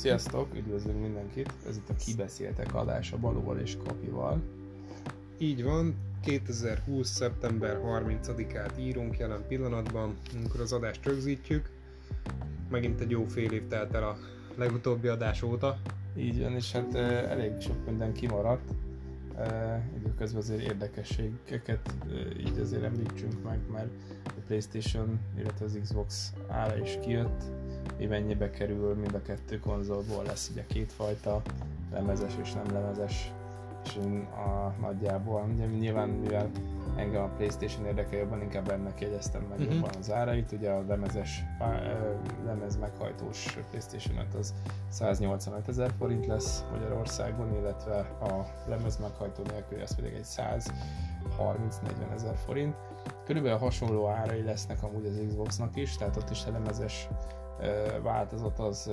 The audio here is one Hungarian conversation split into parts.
Sziasztok, üdvözlünk mindenkit! Ez itt a Kibeszéltek adása Balóval és Kapival. Így van, 2020. szeptember 30-át írunk jelen pillanatban, amikor az adást rögzítjük. Megint egy jó fél év telt el a legutóbbi adás óta. Így van, és hát elég sok minden kimaradt. Időközben azért érdekességeket így azért említsünk meg, mert a PlayStation, illetve az Xbox ára is kijött. Mi mennyibe kerül, mind a kettő konzolból lesz ugye kétfajta, lemezes és nem lemezes. És nagyjából, nyilván mivel engem a PlayStation érdekel jobban, inkább ennek jegyeztem meg jobban az árait. Ugye a lemez meghajtós PlayStation 5 az 185 000 forint lesz Magyarországon, illetve a lemez meghajtó nélkül az pedig egy 130-40 000 forint. Körülbelül hasonló árai lesznek amúgy az Xboxnak is, tehát ott is a lemezes változat az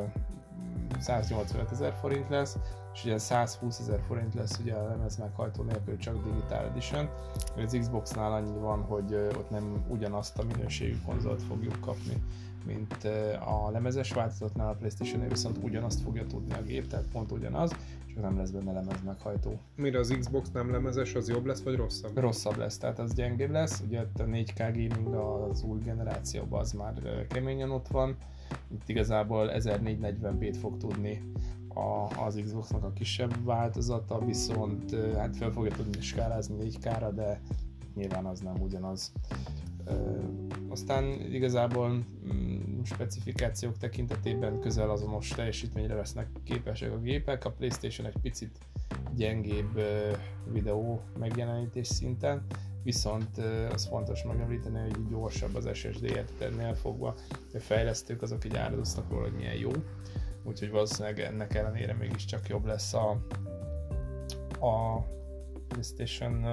185 000 forint lesz, és ugye 120 000 forint lesz ugye a lemez meghajtó nélkül csak Digital Edition. Az Xboxnál annyi van, hogy ott nem ugyanazt a minőségű konzolt fogjuk kapni, mint a lemezes változatnál, a PlayStation-nél viszont ugyanazt fogja tudni a gép, tehát pont ugyanaz, és nem lesz benne lemez meghajtó. Mire az Xbox nem lemezes, az jobb lesz vagy rosszabb? Rosszabb lesz, tehát az gyengébb lesz, ugye a 4K gaming az új generációban az már keményen ott van, itt igazából 1440p-t fog tudni az Xboxnak a kisebb változata, viszont hát fel fogja tudni skálázni 4K-ra, de nyilván az nem ugyanaz. Aztán igazából specifikációk tekintetében közel azonos teljesítményre lesznek képesek a gépek, a PlayStation egy picit gyengébb videó megjelenítés szinten, viszont az fontos megemlíteni, hogy gyorsabb az SSD-et ennél fogva, a fejlesztők azok így áradoztak róla, hogy milyen jó, úgyhogy valószínűleg ennek ellenére mégiscsak jobb lesz a PlayStation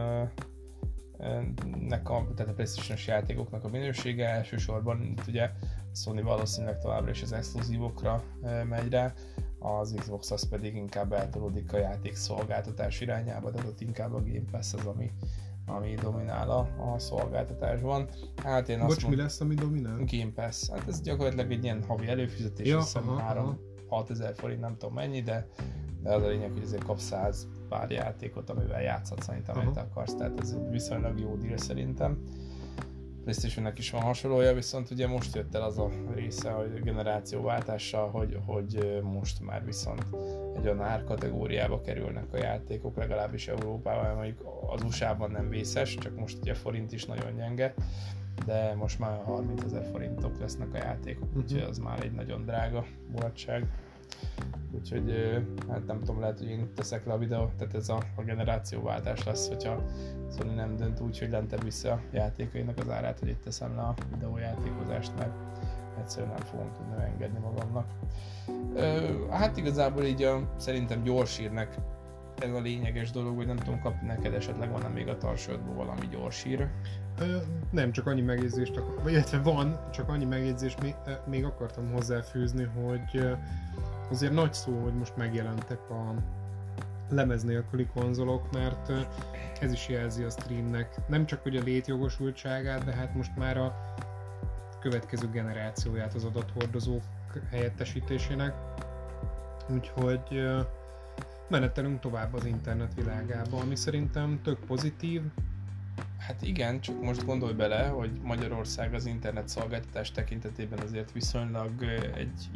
tehát a PlayStation-os játékoknak a minősége. Elsősorban ugye a Sony valószínűleg továbbra is az exkluzívokra megy rá, az Xbox az pedig inkább eltolódik a játékszolgáltatás irányába, tehát ott inkább a Game Pass az, ami dominál a szolgáltatásban. Hát én mi lesz, ami dominál? Game Pass. Hát ez gyakorlatilag egy ilyen havi előfizetés, ja, hiszem 3-6 000 forint, nem tudom mennyi, de az a lényeg, hogy azért kapsz 100 pár játékot, amivel játszhatsz, amit akarsz, tehát ez egy viszonylag jó deal szerintem. PlayStation-nek is van hasonlója, viszont ugye most jött el az a része, hogy generációváltással, hogy most már viszont egy olyan árkategóriába kerülnek a játékok, legalábbis Európában, mondjuk az USA-ban nem vészes, csak most ugye a forint is nagyon gyenge, de most már 30 000 forintok lesznek a játékok, úgyhogy az már egy nagyon drága mulatság. Úgyhogy hát nem tudom, lehet, hogy én teszek le a videót, tehát ez a generációváltás lesz, hogyha Sony nem dönt úgy, hogy lentebb vissza a játékainak az árát, hogy itt teszem le a videójátékozást, mert egyszerűen nem fogom tudni engedni magamnak. Hát igazából így szerintem gyorsírnek ez a lényeges dolog, hogy nem tudom, kapni neked esetleg van-e még a tarsodból valami gyorsír? Nem, csak annyi megjegyzést, illetve van, csak annyi megjegyzést még akartam hozzáfűzni, hogy azért nagy szó, hogy most megjelentek a lemez nélküli konzolok, mert ez is jelzi a streamnek nem csak hogy a létjogosultságát, de hát most már a következő generációját az adathordozók helyettesítésének. Úgyhogy menetelünk tovább az internet világába, ami szerintem tök pozitív. Hát igen, csak most gondolj bele, hogy Magyarország az internet szolgáltatás tekintetében azért viszonylag egy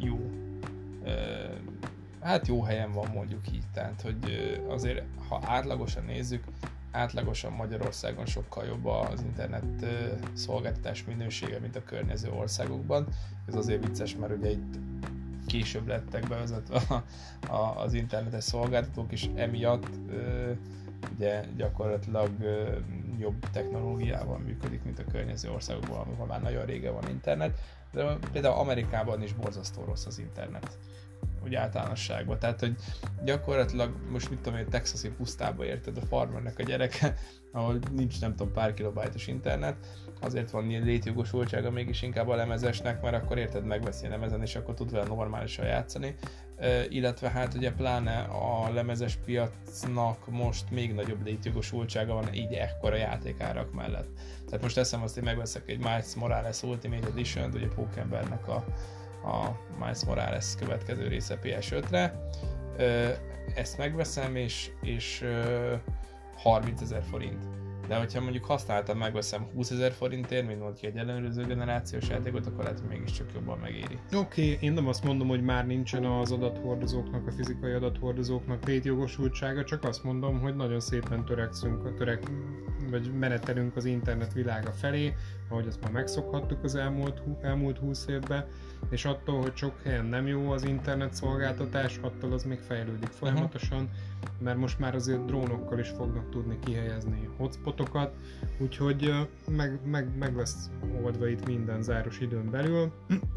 jó helyen van, mondjuk így, tehát hogy azért ha átlagosan nézzük, átlagosan Magyarországon sokkal jobb az internet szolgáltatás minősége, mint a környező országokban. Ez azért vicces, mert ugye itt később lettek bevezetve az internetes szolgáltatók, és emiatt ugye gyakorlatilag jobb technológiával működik, mint a környező országokban, amikor már nagyon régen van internet. De például Amerikában is borzasztó rossz az internet, úgy általánosságban. Tehát, hogy gyakorlatilag most mit tudom én, texasi pusztába érted, a farmernek a gyereke, ahol nincs nem tudom pár kilobájtos internet, azért van ilyen létjogosultsága mégis inkább a lemezesnek, mert akkor érted, megveszi a lemezen, és akkor tud vele normálisan játszani. Illetve hát ugye pláne a lemezes piacnak most még nagyobb létjogosultsága van így ekkora játékárak mellett. Tehát most teszem azt, hogy megveszek egy Miles Morales Ultimate Edition-t, ugye Pókembernek a a Miles Morales következő része PS5-re. Ezt megveszem, és 30 000 forint. De hogyha mondjuk használtam, megveszem 20 000 forintért, mint mondjuk egy ellenőrző generációs játékot, akkor lehet, hogy mégiscsak jobban megéri. Oké, én nem azt mondom, hogy már nincsen az adathordozóknak, a fizikai adathordozóknak létjogosultsága, csak azt mondom, hogy nagyon szépen vagy menetelünk az internet világa felé, ahogy azt már megszokhattuk az elmúlt 20 évben, és attól, hogy sok helyen nem jó az internet szolgáltatás, attól az még fejlődik folyamatosan, mert most már azért drónokkal is fognak tudni kihelyezni hotspotokat, úgyhogy meg lesz oldva itt minden záros időn belül.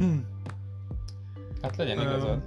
Hát legyen igazad.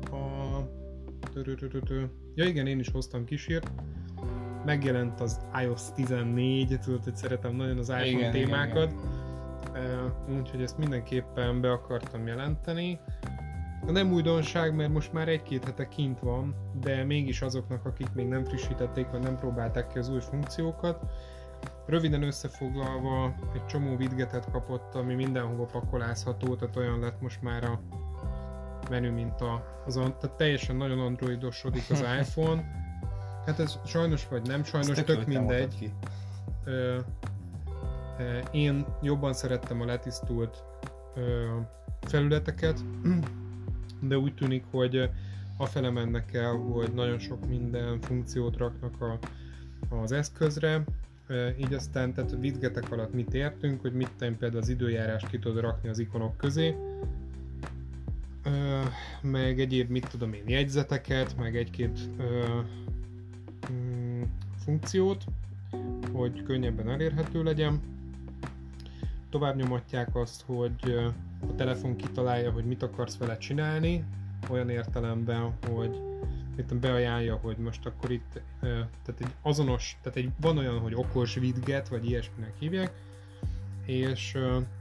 Ja igen, én is hoztam kísért. Megjelent az iOS 14, tudod, hogy szeretem nagyon az iPhone témákat. Úgyhogy ezt mindenképpen be akartam jelenteni. Nem újdonság, mert most már 1-2 hete kint van, de mégis azoknak, akik még nem frissítették, vagy nem próbálták ki az új funkciókat. Röviden összefoglalva, egy csomó widgetet kapott, ami mindenhova pakolázható, tehát olyan lett most már a menü, mint tehát teljesen nagyon androidosodik az iPhone. Hát ez sajnos vagy nem sajnos, tök mindegy. Én jobban szerettem a letisztult felületeket, de úgy tűnik, hogy afele mennek el, hogy nagyon sok minden funkciót raknak az eszközre, így aztán, tehát a widgetek alatt mit értünk, hogy például az időjárást ki tudod rakni az ikonok közé, meg egyéb, mit tudom én, jegyzeteket, meg egy-két funkciót, hogy könnyebben elérhető legyen. Tovább nyomatják azt, hogy a telefon kitalálja, hogy mit akarsz vele csinálni, olyan értelemben, hogy beajánlja, hogy most akkor itt tehát egy azonos, tehát van olyan, hogy okos widget, vagy ilyesminek hívják, és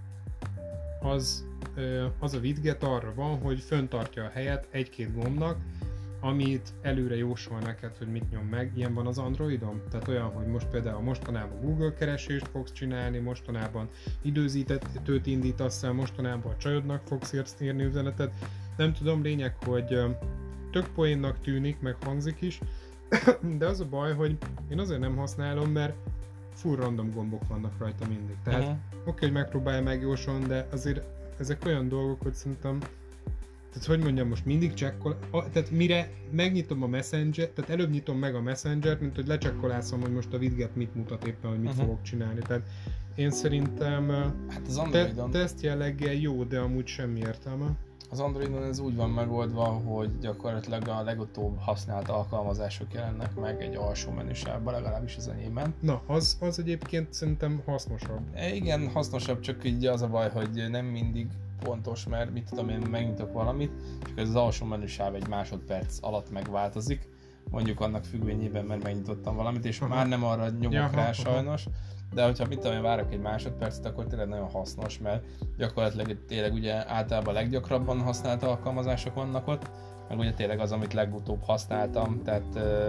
az a widget arra van, hogy föntartja a helyet egy-két gombnak, amit előre jósol neked, hogy mit nyom meg. Ilyen van az Androidon? Tehát olyan, hogy most például mostanában Google keresést fogsz csinálni, mostanában időzítőt indítasz el, mostanában a csajodnak fogsz írni üzenetet. Nem tudom, lényeg, hogy tök poénnak tűnik, meg hangzik is, de az a baj, hogy én azért nem használom, mert full random gombok vannak rajta mindig. Tehát oké, hogy megpróbálja megjósolni, de azért ezek olyan dolgok, hogy szerintem, tehát hogy mondjam, most mindig csekkol, tehát mire megnyitom a Messenger, tehát előbb nyitom meg a Messenger-t, mint hogy lecsekkolászom, hogy most a widget mit mutat éppen, hogy mit fogok csinálni. Tehát én szerintem hát az Androidon teszt jelleggel jó, de amúgy semmi értelme. Az Androidon ez úgy van megoldva, hogy gyakorlatilag a legutóbb használt alkalmazások jelennek meg egy alsó menüsávban, legalábbis az enyémben. Na, az egyébként szerintem hasznosabb. Igen, hasznosabb, csak így az a baj, hogy nem mindig pontos, mert mit tudom én, megnyitok valamit, csak ez az alsó menüsáv egy másodperc alatt megváltozik, mondjuk annak függvényében, mert megnyitottam valamit, és már nem arra nyomok rá sajnos, de hogyha mit tudom én, várok egy másodpercet, akkor tényleg nagyon hasznos, mert gyakorlatilag tényleg ugye általában leggyakrabban használt alkalmazások vannak ott, meg ugye tényleg az, amit legutóbb használtam, tehát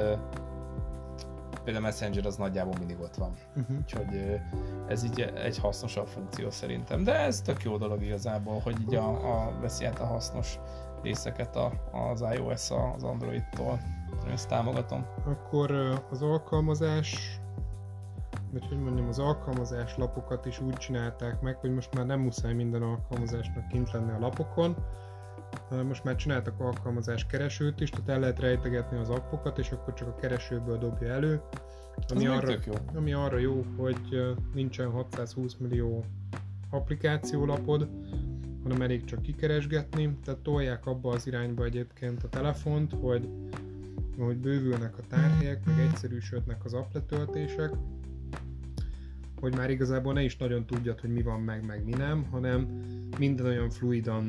például Messenger az nagyjából mindig ott van. Úgyhogy ez így egy hasznosabb funkció szerintem. De ez tök jó dolog igazából, hogy így veszi át a hasznos részeket az iOS az Androidtól. Ezt támogatom. Akkor az alkalmazás, vagy hogy mondjam, az alkalmazás lapokat is úgy csinálták meg, hogy most már nem muszáj minden alkalmazásnak kint lenni a lapokon. Most már csináltak alkalmazás keresőt is, tehát el lehet rejtegetni az appokat, és akkor csak a keresőből dobja elő. Ami arra jó, hogy nincsen 620 millió applikációlapod, hanem elég csak kikeresgetni, tehát tolják abba az irányba egyébként a telefont, hogy bővülnek a tárhelyek, meg egyszerűsödnek az app letöltések, hogy már igazából ne is nagyon tudjad, hogy mi van meg mi nem, hanem minden olyan fluidan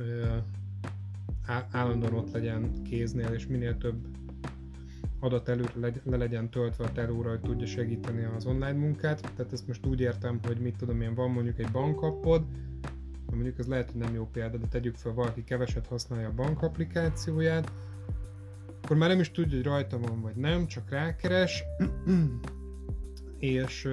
állandóan ott legyen kéznél, és minél több adat előre le legyen töltve a telóra, hogy tudja segíteni az online munkát. Tehát ezt most úgy értem, hogy mit tudom én, van mondjuk egy bankappod, mondjuk ez lehet, hogy nem jó példa, de tegyük fel, valaki keveset használja a bank applikációját, akkor már nem is tudja, hogy rajta van vagy nem, csak rákeres, és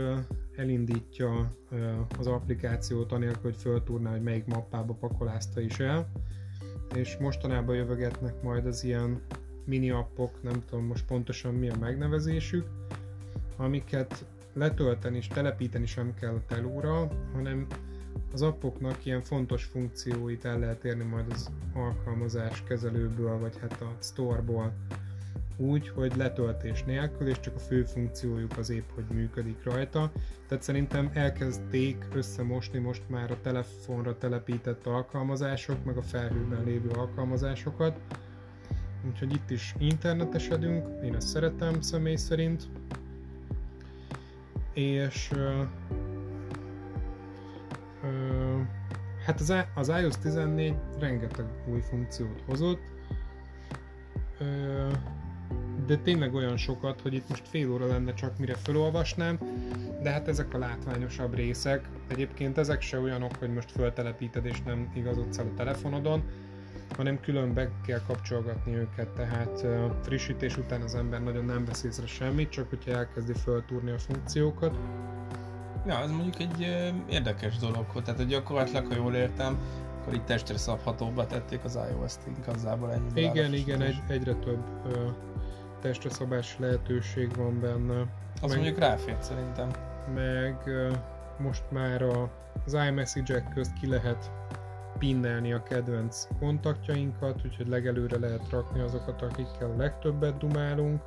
elindítja az applikációt anélkül, hogy föltúrná, hogy melyik mappába pakolázta is el. és mostanában jövögetnek majd az ilyen mini appok, nem tudom most pontosan mi a megnevezésük, amiket letölteni és telepíteni sem kell a telóra, hanem az appoknak ilyen fontos funkcióit el lehet érni majd az alkalmazás kezelőből, vagy hát a store-ból úgy, hogy letöltés nélkül, és csak a fő funkciójuk az épp, hogy működik rajta. Tehát szerintem elkezdték összemosni most már a telefonra telepített alkalmazások, meg a felhőben lévő alkalmazásokat. Úgyhogy itt is internetesedünk, én ezt szeretem személy szerint. És hát az iOS 14 rengeteg új funkciót hozott, de tényleg olyan sokat, hogy itt most fél óra lenne csak mire felolvasnám, de hát ezek a látványosabb részek. Egyébként ezek se olyanok, hogy most föltelepíted és nem igazodsz el a telefonodon, hanem külön be kell kapcsolgatni őket, tehát frissítés után az ember nagyon nem vesz észre semmit, csak hogyha elkezdi föltúrni a funkciókat. Ja, ez mondjuk egy érdekes dolog, tehát hogy gyakorlatilag, ha jól értem, akkor itt testre szabhatóbbá tették az iOS-t, igazából ennyi. Igen, egyre több testre szabás lehetőség van benne. Az mondjuk ráfért szerintem. Meg most már az iMessage-ek közt ki lehet pinnelni a kedvenc kontaktjainkat, úgyhogy legelőre lehet rakni azokat, akikkel a legtöbbet dumálunk.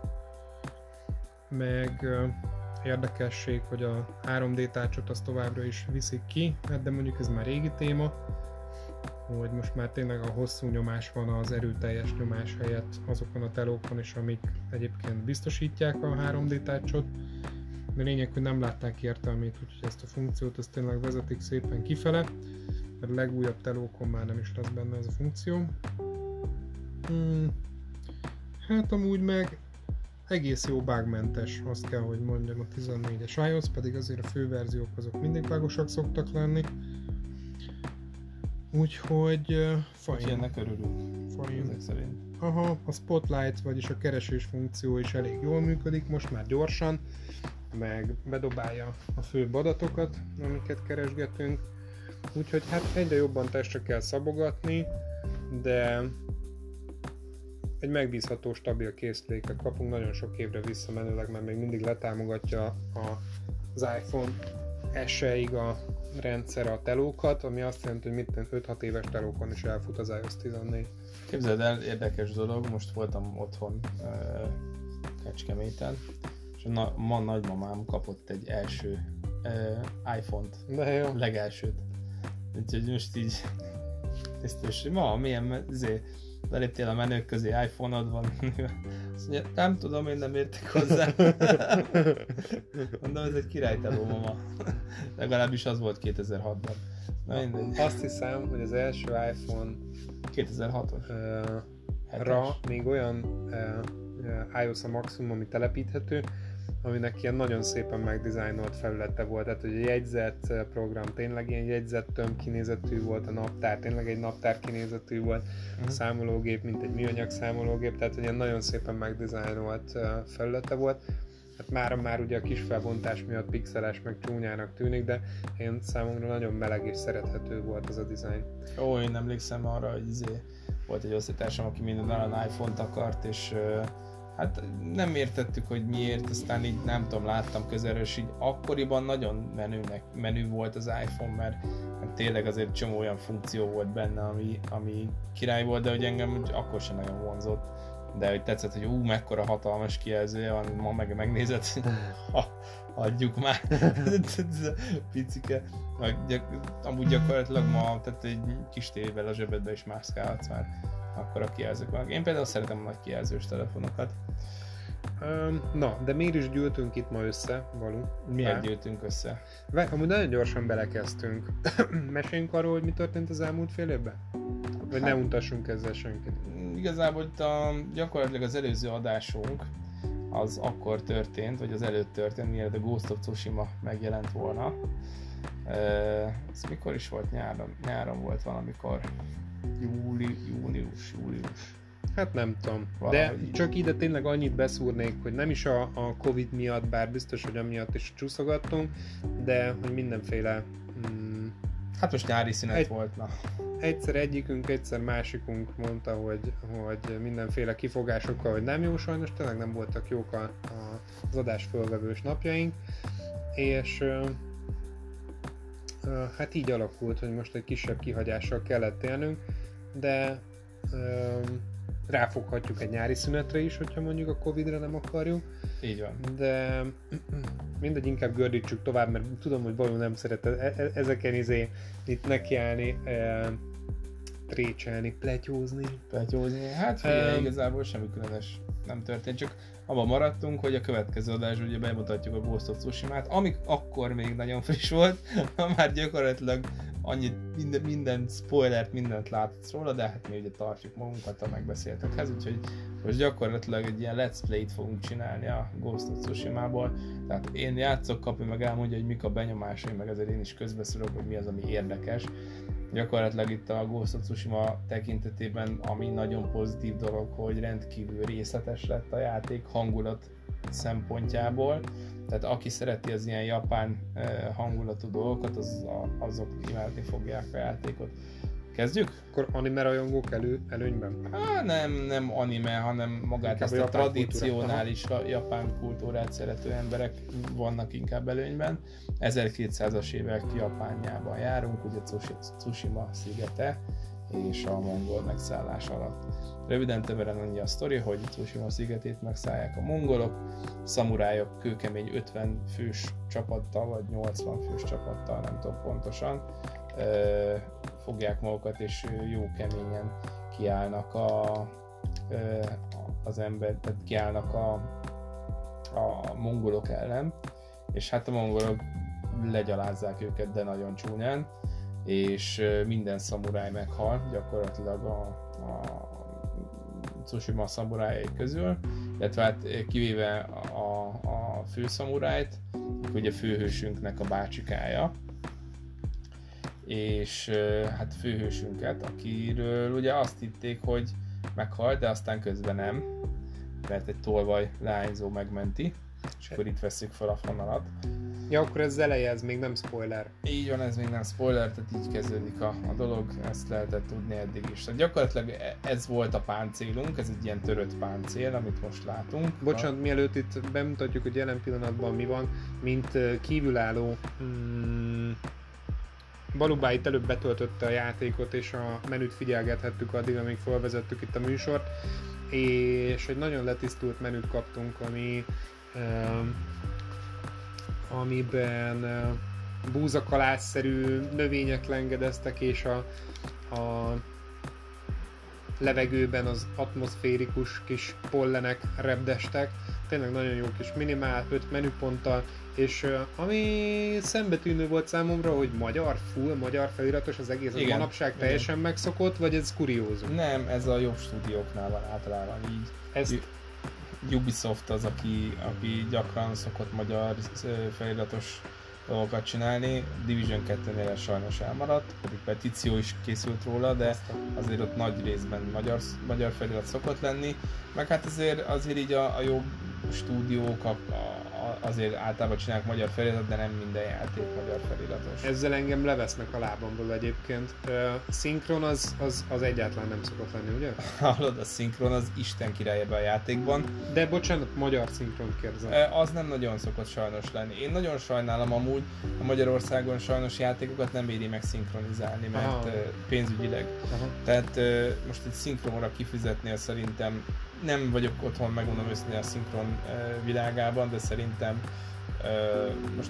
Meg érdekesség, hogy a 3D touchot azt továbbra is viszik ki, de mondjuk ez már régi téma, hogy most már tényleg a hosszú nyomás van az erőteljes nyomás helyett azokon a telókon is, amik egyébként biztosítják a 3D touchot. De lényeg, hogy nem látták értelmét, úgyhogy ezt a funkciót ezt tényleg vezetik szépen kifele, mert a legújabb telókon már nem is lesz benne ez a funkció. Hát amúgy meg egész jó bugmentes, azt kell, hogy mondjam, a 14-es iOS, pedig azért a főverziók azok mindig bugosak szoktak lenni. Úgyhogy fajn. Ennek örülünk. Ezek szerint. Aha, a Spotlight, vagyis a keresés funkció is elég jól működik, most már gyorsan, meg bedobálja a főbb adatokat, amiket keresgetünk. Úgyhogy hát egyre jobban testre kell szabogatni, de egy megbízható, stabil készüléket kapunk nagyon sok évre visszamenőleg, mert még mindig letámogatja az iPhone SE-ig a rendszer a telókat, ami azt jelenti, hogy 5-6 éves telókon is elfut az iOS 14. Képzeld el, érdekes dolog, most voltam otthon Kecskeméten, és ma nagymamám kapott egy első iPhone-t, legelsőt. Úgyhogy most így biztos, hogy ma milyen beléptél a menők közé, iPhone-od van. Azt mondja, nem tudom, én nem értek hozzá. Mondom, ez egy királyteló mama. Legalábbis az volt 2006-ban. Na mindegy. Azt hiszem, hogy az első iPhone 2006-os ra még olyan iOS a maximum, ami telepíthető, aminek ilyen nagyon szépen megdizájnolt felülete volt, tehát hogy a jegyzett program tényleg ilyen jegyzett tömb kinézetű volt, a naptár tényleg egy naptár kinézetű volt, a számológép mint egy műanyag számológép, tehát ilyen nagyon szépen megdizájnolt felülete volt. Hát már ugye a kis felbontás miatt pixeles meg csúnyának tűnik, de én számomra nagyon meleg és szerethető volt ez a dizájn. Ó, én emlékszem arra, hogy volt egy osztálytársam, aki mindenáron iPhone-t akart, és hát nem értettük, hogy miért, aztán így nem tudom, láttam közelről, és így akkoriban nagyon menő volt az iPhone, mert tényleg azért csomó olyan funkció volt benne, ami király volt, de hogy engem akkor sem nagyon vonzott. De hogy tetszett, hogy mekkora hatalmas kijelzője van, ma megnézed, adjuk már, picike. Amúgy gyakorlatilag ma, tehát egy kis tévével a zsebedbe is mászkálhatsz már, akkor a kijelzők vannak. Én például szeretem a nagy kijelzős telefonokat. Na, de miért is gyűltünk itt ma össze, Balú? Miért gyűltünk össze? Amúgy nagyon gyorsan belekezdtünk. Meséljünk arról, hogy mi történt az elmúlt fél évben? Vagy ne untassunk ezzel senkit? Igazából gyakorlatilag az előző adásunk az akkor történt, vagy az előtt történt, mielőtt a Ghost of Tsushima megjelent volna. Ez mikor is volt? Nyáron volt valamikor. Július. Hát nem tudom, de csak ide tényleg annyit beszúrnék, hogy nem is a Covid miatt, bár biztos, hogy amiatt is csúszogattunk, de hogy mindenféle... Hát most nyári szünet volt, na. egyszer egyikünk, egyszer másikunk mondta, hogy mindenféle kifogásokkal, hogy nem jó, sajnos tényleg nem voltak jók az adás fölvevős napjaink, és hát így alakult, hogy most egy kisebb kihagyással kellett élnünk, de ráfoghatjuk egy nyári szünetre is, hogyha mondjuk a Covid-ra nem akarjuk. Így van. De mindegy, inkább gördítsük tovább, mert tudom, hogy Balú nem szeret ezeken itt nekiállni, trécselni, pletyózni. Hát figyelj, igazából semmi különös nem történt, csak abban maradtunk, hogy a következő adásban ugye bemutatjuk a Ghost of Tsushima-t, amik akkor még nagyon friss volt, már gyakorlatilag minden spoilert, mindent látsz róla, de hát mi ugye tartjuk magunkat a megbeszéltekhez, úgyhogy most gyakorlatilag egy ilyen let's play-t fogunk csinálni a Ghost of Tsushima-ból, tehát én játszok, Kapi meg elmondja, hogy mik a benyomásai, meg azért én is közbeszólok, hogy mi az, ami érdekes. Gyakorlatilag itt a Ghost of Tsushima tekintetében, ami nagyon pozitív dolog, hogy rendkívül részletes lett a játék hangulat szempontjából. Tehát aki szereti az ilyen japán hangulatú dolgokat, azok imádni fogják a játékot. Kezdjük? Akkor anime rajongók előnyben? Nem anime, hanem magát ezt a tradicionális japán kultúrát szerető emberek vannak inkább előnyben. 1200-as évek Japánjában járunk, ugye Tsushima szigete és a mongol megszállás alatt. Röviden többen annyi a sztori, hogy Tsushima szigetét megszállják a mongolok, szamurájok kőkemény 50 fős csapattal, vagy 80 fős csapattal, nem tudom pontosan, fogják magukat, és jó keményen kiállnak az ember, tehát kiállnak a mongolok ellen, és hát a mongolok legyalázzák őket, de nagyon csúnyán, és minden szamuráj meghal, gyakorlatilag a Tsushima szamurájai közül, illetve hát kivéve a főszamurájt, ugye főhősünknek a bácsikája, és hát főhősünket, akiről ugye azt hitték, hogy meghalt, de aztán közben nem, mert egy tolvaj leányzó megmenti, és akkor itt vesszük fel a fonalat. Ja, akkor ez eleje, ez még nem spoiler. Így van, ez még nem spoiler, tehát így kezdődik a dolog, ezt lehetett tudni eddig is. Tehát gyakorlatilag ez volt a páncélunk, ez egy ilyen törött páncél, amit most látunk. Bocsánat, mielőtt itt bemutatjuk, hogy jelen pillanatban mi van, mint kívülálló Balubá itt előbb betöltötte a játékot, és a menüt figyelgethettük addig, amíg felvezettük itt a műsort, és egy nagyon letisztult menüt kaptunk, amiben búzakalászszerű növények lengedeztek, és a levegőben az atmoszférikus kis pollenek repdestek. Tényleg nagyon jó kis minimál, 5 menüponttal, és ami szembetűnő volt számomra, hogy full magyar feliratos az egész, a manapság teljesen megszokott, vagy ez kuriózum? Nem, ez a jobb stúdióknál van általában így. Ubisoft az, aki gyakran szokott magyar feliratos dolgokat csinálni. Division 2-nél sajnos elmaradt, pedig petíció is készült róla, de azért ott nagy részben magyar felirat szokott lenni. Meg hát azért így a jobb stúdiók azért általában csinálják magyar feliratot, de nem minden játék magyar feliratos. Ezzel engem levesznek a lábamról egyébként. Szinkron az egyáltalán nem szokott lenni, ugye? Hallod, a szinkron az Isten király ebben a játékban. De bocsánat, magyar szinkront kérdezem. Az nem nagyon szokott sajnos lenni. Én nagyon sajnálom amúgy, a Magyarországon sajnos játékokat nem éri meg szinkronizálni, mert pénzügyileg. Aha. Tehát most egy szinkronra kifizetnél szerintem, nem vagyok otthon, megmondom őszintén a szinkron világában, de szerintem most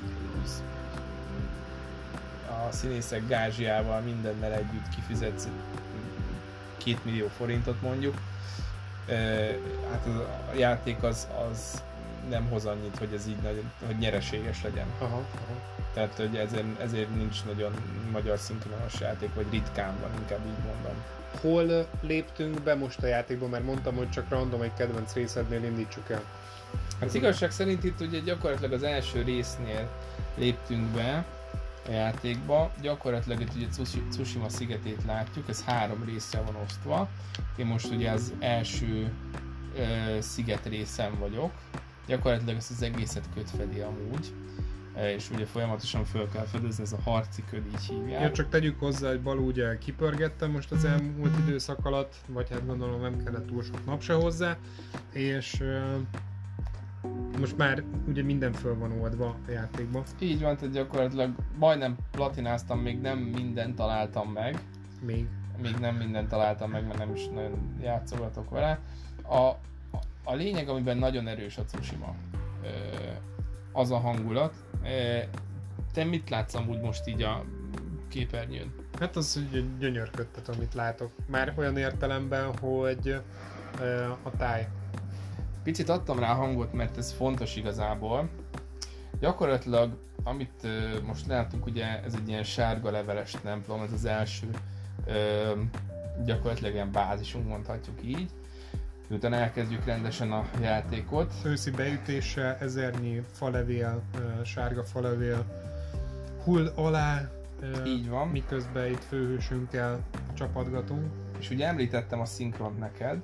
a színészek gázsiával mindennel együtt kifizetsz 2 millió forintot mondjuk. Hát a játék az nem hoz annyit, hogy ez így hogy nyereséges legyen. Aha. Tehát hogy ezért nincs nagyon magyar szinkronos játék, vagy ritkán van, inkább így mondom. Hol léptünk be most a játékba, mert mondtam, hogy csak random egy kedvenc részednél indítsuk el. Hát igazság szerint itt ugye gyakorlatilag az első résznél léptünk be a játékba. Gyakorlatilag itt ugye Tsushima szigetét látjuk, ez 3 részre van osztva. Én most ugye az első sziget részen vagyok. Gyakorlatilag ezt az egészet kötfedi amúgy. és ugye folyamatosan föl kell fedezni, ez a harci köd, így hívják. Ja, csak tegyük hozzá, hogy Balú ugye kipörgettem most az elmúlt időszak alatt, vagy hát gondolom nem kellett túl sok nap se hozzá, és most már ugye minden föl van oldva a játékban. Így van, tehát gyakorlatilag majdnem platináztam, még nem mindent találtam meg. Még nem mindent találtam meg, mert nem is nagyon játszogatok vele. A lényeg, amiben nagyon erős a Tsushima, az a hangulat. Te mit látsz amúgy most így a képernyőn? Hát az úgy gyönyörködtet, amit látok. Már olyan értelemben, hogy a táj. Picit adtam rá hangot, mert ez fontos igazából. Gyakorlatilag, amit most látunk, ugye ez egy ilyen sárga leveles templom, ez az első gyakorlatilag ilyen bázisunk, mondhatjuk így. Miután elkezdjük rendesen a játékot. Őszi beütéssel, ezernyi falevél, sárga falevél hull alá, így van. Miközben itt főhősünkkel csapatgatunk. És ugye említettem a szinkront neked.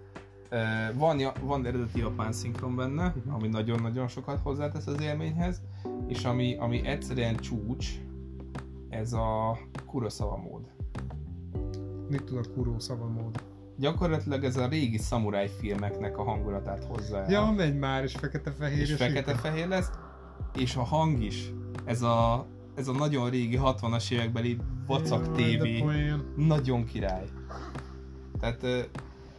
Van eredeti japán szinkron benne, ami nagyon-nagyon sokat hozzátesz az élményhez, és ami egyszerűen csúcs, ez a Kurosawa mód. Mit tud a Kurosawa mód? Gyakorlatilag ez a régi szamuráj filmeknek a hangulatát hozza el. Ja, megy már, és fekete-fehér. És fekete-fehér lesz, és a hang is, ez a nagyon régi 60-as évekbeli vacak tévé, nagyon király. Tehát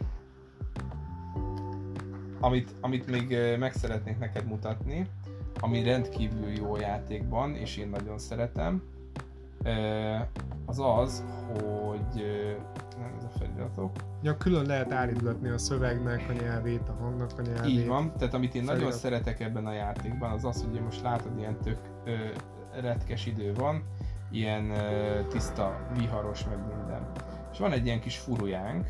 amit még meg szeretnék neked mutatni, ami rendkívül jó játékban, és én nagyon szeretem, az, hogy nem ez a feliratok. Ja, külön lehet állítgatni a szövegnek a nyelvét, a hangnak a nyelvét. Így van, tehát amit én nagyon szeretek ebben a játékban, az, hogy most látod, ilyen tök retkes idő van, ilyen tiszta, viharos, meg minden. És van egy ilyen kis furujánk,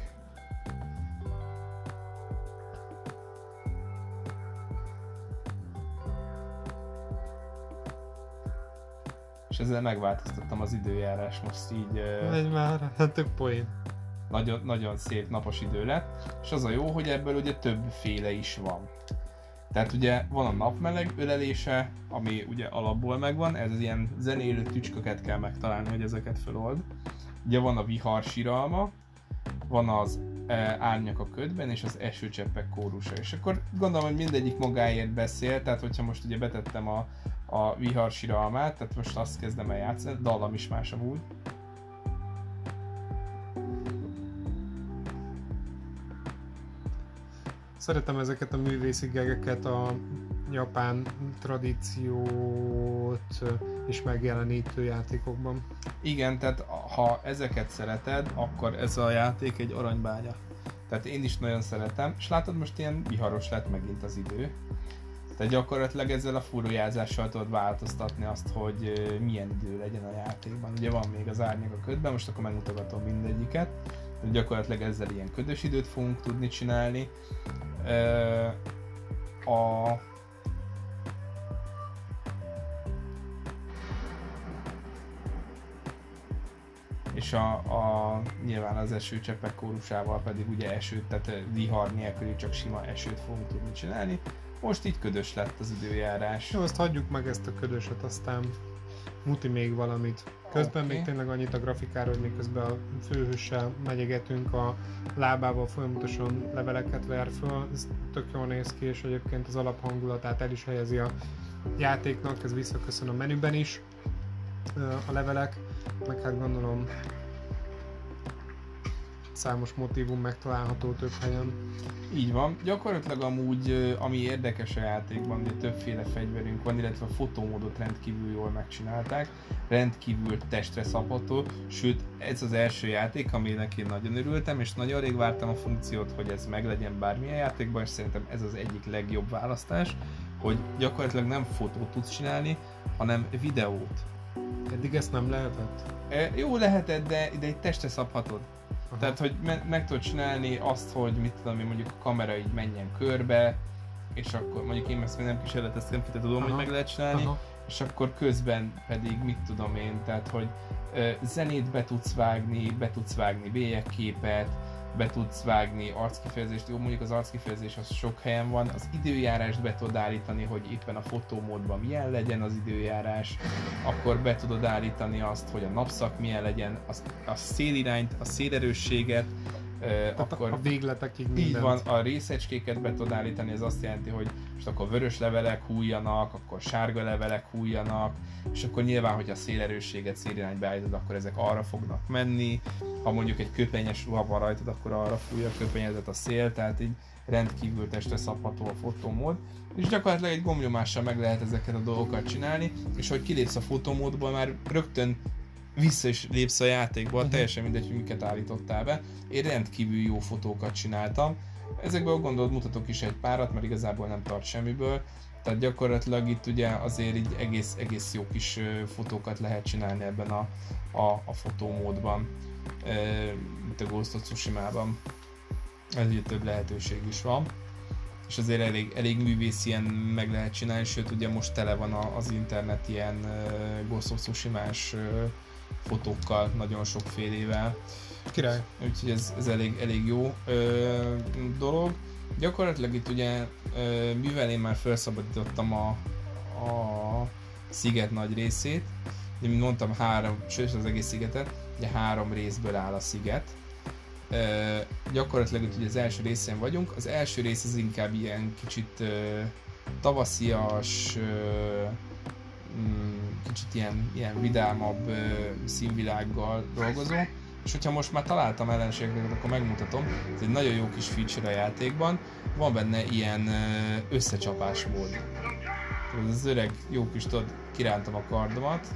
és ezzel megváltoztattam az időjárás most így. Megy már, tök poén. Nagyon, nagyon szép napos idő lett, és az a jó, hogy ebből ugye többféle is van. Tehát ugye van a napmeleg ölelése, ami ugye alapból megvan, ez ilyen zenélő tücsköket kell megtalálni, hogy ezeket felold. Ugye van a vihar siralma, van az árnyak a ködben, és az esőcseppek kórusa. És akkor gondolom, hogy mindegyik magáért beszél, tehát hogyha most ugye betettem a vihar siralmát, tehát most azt kezdem el játszani, dallam is más amúgy. Szeretem ezeket a művészi gegeket, a japán tradíciót is megjelenítő játékokban. Igen, tehát ha ezeket szereted, akkor ez a játék egy aranybánya. Tehát én is nagyon szeretem, és látod, most ilyen viharos lett megint az idő. Tehát gyakorlatilag ezzel a furujázással tudod változtatni azt, hogy milyen idő legyen a játékban. Ugye van még az árnyak a ködben, most akkor megmutogatom mindegyiket. Gyakorlatilag ezzel ilyen ködös időt fogunk tudni csinálni. És nyilván az esőcseppek kórusával pedig ugye esőt, tehát vihar nélkül csak sima esőt fogunk tudni csinálni. Most így ködös lett az időjárás. Jó, azt hagyjuk meg ezt a ködöset, aztán muti még valamit. Közben még tényleg annyit a grafikáról, hogy miközben a főhőssel megyegetünk, a lábával folyamatosan leveleket ver föl. Ez tök jól néz ki, és egyébként az alaphangulatát el is helyezi a játéknak, ez visszaköszön a menüben is, a levelek, meg hát gondolom számos motívum megtalálható több helyen. Így van. Gyakorlatilag amúgy, ami érdekes a játékban, hogy többféle fegyverünk van, illetve a fotómódot rendkívül jól megcsinálták, rendkívül testre szabható, sőt ez az első játék, aminek én nagyon örültem, és nagyon rég vártam a funkciót, hogy ez meglegyen bármilyen játékban, és szerintem ez az egyik legjobb választás, hogy gyakorlatilag nem fotót tudsz csinálni, hanem videót. Eddig ezt nem lehetett? Jó lehetett, de egy testre szabhatod. Aha. Tehát, hogy meg tudod csinálni azt, hogy mit tudom én, mondjuk a kamera így menjen körbe, és akkor mondjuk én ezt még nem kísérleteztem, de tudom, hogy meg lehet csinálni, és akkor közben pedig mit tudom én, tehát, hogy zenét be tudsz vágni bélyegképet, be tudsz vágni arckifejezést, jó, mondjuk az arckifejezés az sok helyen van, az időjárást be tudod állítani, hogy éppen a fotómódban milyen legyen az időjárás, akkor be tudod állítani azt, hogy a napszak milyen legyen, a szélirányt, a szélerősséget, akkor a végletekig mindent. Így van, a részecskéket be tudod állítani, ez azt jelenti, hogy most akkor vörös levelek hújjanak, akkor sárga levelek hújjanak, és akkor nyilván, hogy a szélerősséget, szélirányba beállítod, akkor ezek arra fognak menni. Ha mondjuk egy köpenyes ruha van rajtad, akkor arra fújja a köpenyezet a szél, tehát így rendkívül testre szabható a fotómód. És gyakorlatilag egy gombnyomással meg lehet ezeket a dolgokat csinálni, és hogy kilépsz a fotómódból, már rögtön vissza is lépsz a játékba, teljesen mindegy, hogy miket állítottál be. Én rendkívül jó fotókat csináltam. Ezekből gondolod, mutatok is egy párat, mert igazából nem tart semmiből. Tehát gyakorlatilag itt ugye azért így egész jó kis fotókat lehet csinálni ebben a fotómódban. Mint a Ghost of Tsushima-ban. Ez ugye több lehetőség is van. És azért elég művészien meg lehet csinálni, sőt ugye most tele van az internet ilyen Ghost of Tsushima-s fotókkal, nagyon sokfélével. Király. Úgyhogy ez elég jó dolog. Gyakorlatilag itt ugye, mivel én már felszabadítottam a sziget nagy részét, de mint mondtam, sőt az egész szigetet, ugye 3 részből áll a sziget. Gyakorlatilag itt ugye az első részén vagyunk, az első rész az inkább ilyen kicsit tavaszias, kicsit ilyen vidámabb színvilággal dolgozó, és hogyha most már találtam ellenségeket, akkor megmutatom, ez egy nagyon jó kis feature a játékban, van benne ilyen összecsapás mód. Ez az öreg jó kis, tudod, kirántam a kardomat,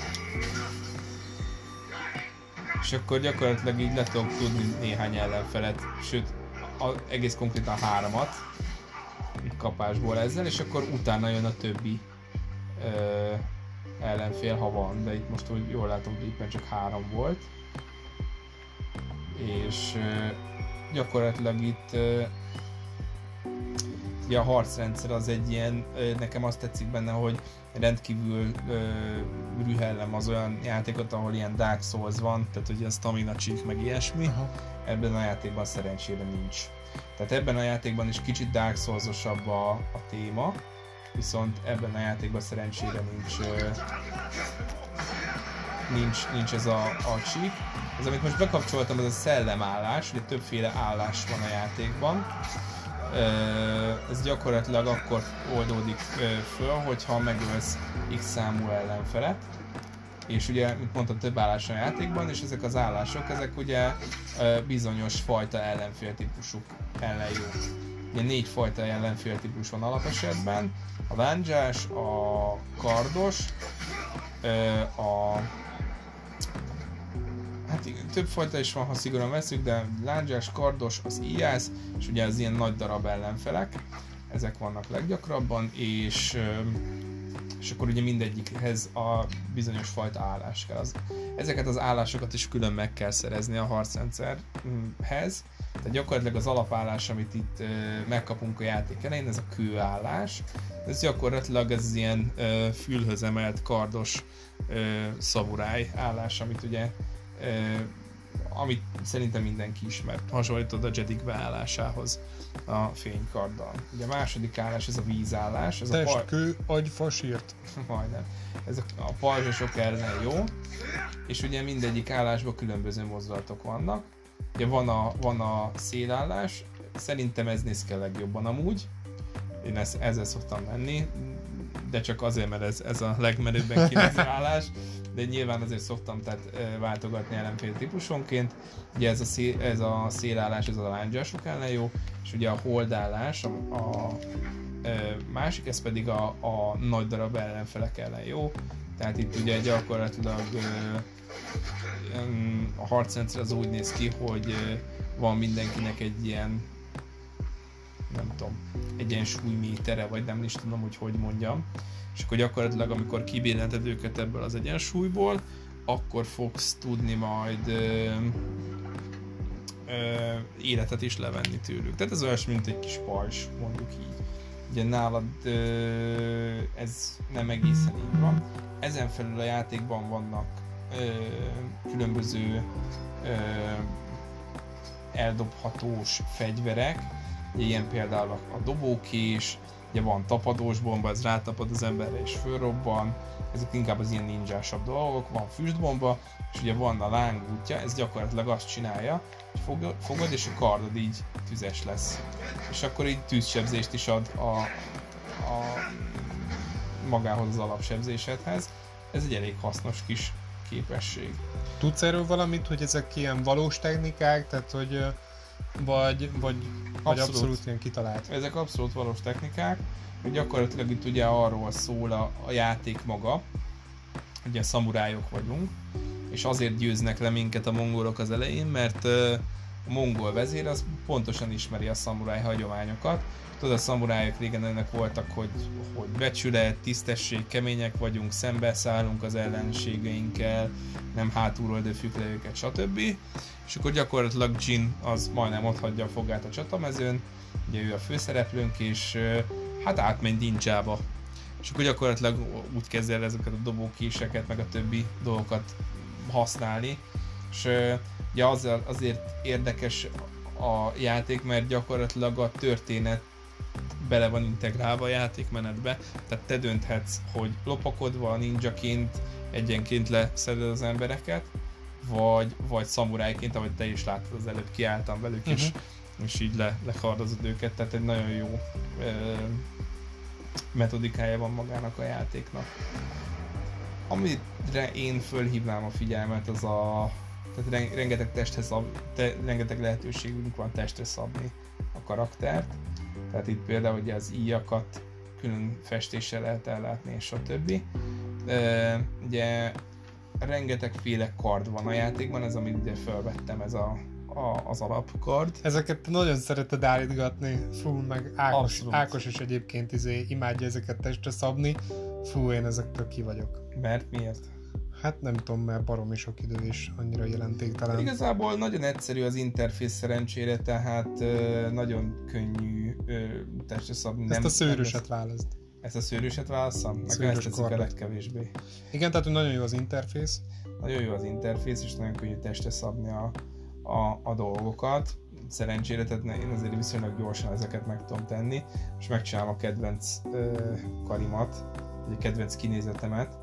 és akkor gyakorlatilag így le tudok tudni néhány ellenfelet, sőt egész konkrétan 3-at kapásból ezzel, és akkor utána jön a többi ellenfél, ha van, de itt most úgy jól látom, hogy éppen csak 3 volt. És gyakorlatilag itt ugye a harcrendszer az egy ilyen, nekem azt tetszik benne, hogy rendkívül rühellem az olyan játékot, ahol ilyen Dark Souls van, tehát ugye a stamina cheat meg ilyesmi. Aha. Ebben a játékban szerencsére nincs. Tehát ebben a játékban is kicsit Dark Souls-osabb a téma, viszont ebben a játékban szerencsére nincs ez a cheat. Ez, amit most bekapcsoltam, ez a szellemállás, ugye többféle állás van a játékban. Ez gyakorlatilag akkor oldódik föl, hogyha megölsz X számú ellenfelet. És ugye, mint mondtam, több állás a játékban, és ezek az állások, ezek ugye bizonyos fajta ellenféltípusuk ellen jó. Ugye 4 fajta ellenféltípus van alapesetben, a lándzsás, a kardos, hát több fajta is van, ha szigorúan veszük, de lándzsás, kardos, az íjász, és ugye az ilyen nagy darab ellenfelek, ezek vannak leggyakrabban, és akkor ugye mindegyikhez a bizonyos fajta állás kell. Ezeket az állásokat is külön meg kell szerezni a harcrendszerhez. Tehát gyakorlatilag az alapállás, amit itt megkapunk a játék elején, ez a kőállás. Ez gyakorlatilag ez ilyen fülhöz emelt kardos szamuráj állás, amit ugye amit szerintem mindenki ismer, hasonlítod a Jedik beállásához a fénykarddal. Ugye a második állás, ez a vízállás. Ez test, kő, agy, fasírt. Majdnem. Ez a pajzsosok ellen jó, és ugye mindegyik állásban különböző mozdulatok vannak. Ugye van a szélállás, szerintem ez néz ki a legjobban amúgy. Én ezzel szoktam menni, de csak azért, mert ez a legmenőbben kinéző állás. De nyilván azért szoktam váltogatni ellenfél típusonként. Ugye ez a szélállás, ez a lándzsások ellen jó, és ugye a holdállás, a másik, ez pedig a nagy darab ellenfelek ellen jó. Tehát itt ugye gyakorlatilag a harcrendszer az úgy néz ki, hogy van mindenkinek egy ilyen, nem tudom, egy ilyen súlymétere, vagy nem is tudom, hogy mondjam. És akkor gyakorlatilag, amikor kibillented őket ebből az egyensúlyból, akkor fogsz tudni majd életet is levenni tőlük. Tehát ez olyan, mint egy kis pajzs, mondjuk így. Ugye nálad ez nem egészen így van. Ezen felül a játékban vannak különböző eldobhatós fegyverek, ilyen például a dobókés, ugye van tapadós bomba, ez rátapad az emberre és fölrobban, ezek inkább az ilyen ninjásabb dolgok, van füstbomba, és ugye van a lángútja, ez gyakorlatilag azt csinálja, hogy fogod és a kardod így tüzes lesz. És akkor így tűzsebzést is ad a magához az alapsebzésedhez. Ez egy elég hasznos kis képesség. Tudsz erről valamit, hogy ezek ilyen valós technikák, tehát hogy vagy abszolút ilyen kitalált? Ezek abszolút valós technikák, hogy gyakorlatilag itt ugye arról szól a játék maga, ugye szamurájok vagyunk, és azért győznek le minket a mongolok az elején, mert a mongol vezér az pontosan ismeri a szamuráj hagyományokat. Tudod, a szamurájok régen ennek voltak, hogy becsület, tisztesség, kemények vagyunk, szembeszállunk az ellenségeinkkel, nem hátulról döfjük le őket, stb. És akkor gyakorlatilag Jin az majdnem otthagyja a fogát a csatamezőn, ugye ő a főszereplőnk, és hát átmegy ninjába. És akkor gyakorlatilag úgy kezd el ezeket a dobókéseket, meg a többi dolgokat használni. És ugye azért érdekes a játék, mert gyakorlatilag a történet bele van integrálva a játékmenetbe, tehát te dönthetsz, hogy lopakodva, ninjaként, egyenként leszeded az embereket, vagy szamurájként, ahogy te is láttad az előbb, kiálltam velük, és így lekardozod őket, tehát egy nagyon jó metodikája van magának a játéknak. Amire én fölhívnám a figyelmet, az tehát rengeteg lehetőségünk van testre szabni a karaktert. Tehát itt például ugye az íjakat külön festéssel lehet ellátni, és stb. Ugye rengetegféle kard van a játékban, ez amit ugye felvettem, ez az alapkard. Ezeket nagyon szereted állítgatni, fú, meg Ákos is egyébként imádja ezeket testre szabni. Fú, én ezektől ki vagyok. Mert miért? Hát nem tudom, mert baromi sok idő is annyira jelentéktelen. Igazából nagyon egyszerű az interfész szerencsére, tehát nagyon könnyű testre szabni. Ezt a szőröset válaszd. Ezt a szőröset válasszam? Nekem ezt tetszik a legkevésbé. Igen, tehát nagyon jó az interfész. Nagyon jó az interfész, és nagyon könnyű testre szabni a dolgokat. Szerencsére, tehát én azért viszonylag gyorsan ezeket meg tudom tenni, és megcsinálom a kedvenc karimat, vagy a kedvenc kinézetemet.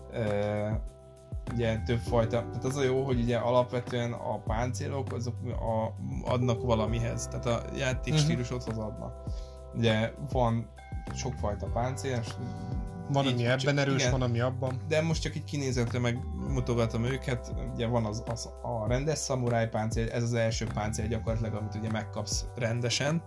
Ugye több fajta, tehát az a jó, hogy ugye alapvetően a páncélok azok adnak valamihez, tehát a játékstílusodhoz adnak. Ugye van sokfajta páncél, van, ami ebben erős, igen, van, ami abban. De most csak így kinézetre megmutogatom őket, ugye van a rendes szamuráj páncél, ez az első páncél gyakorlatilag, amit ugye megkapsz rendesen.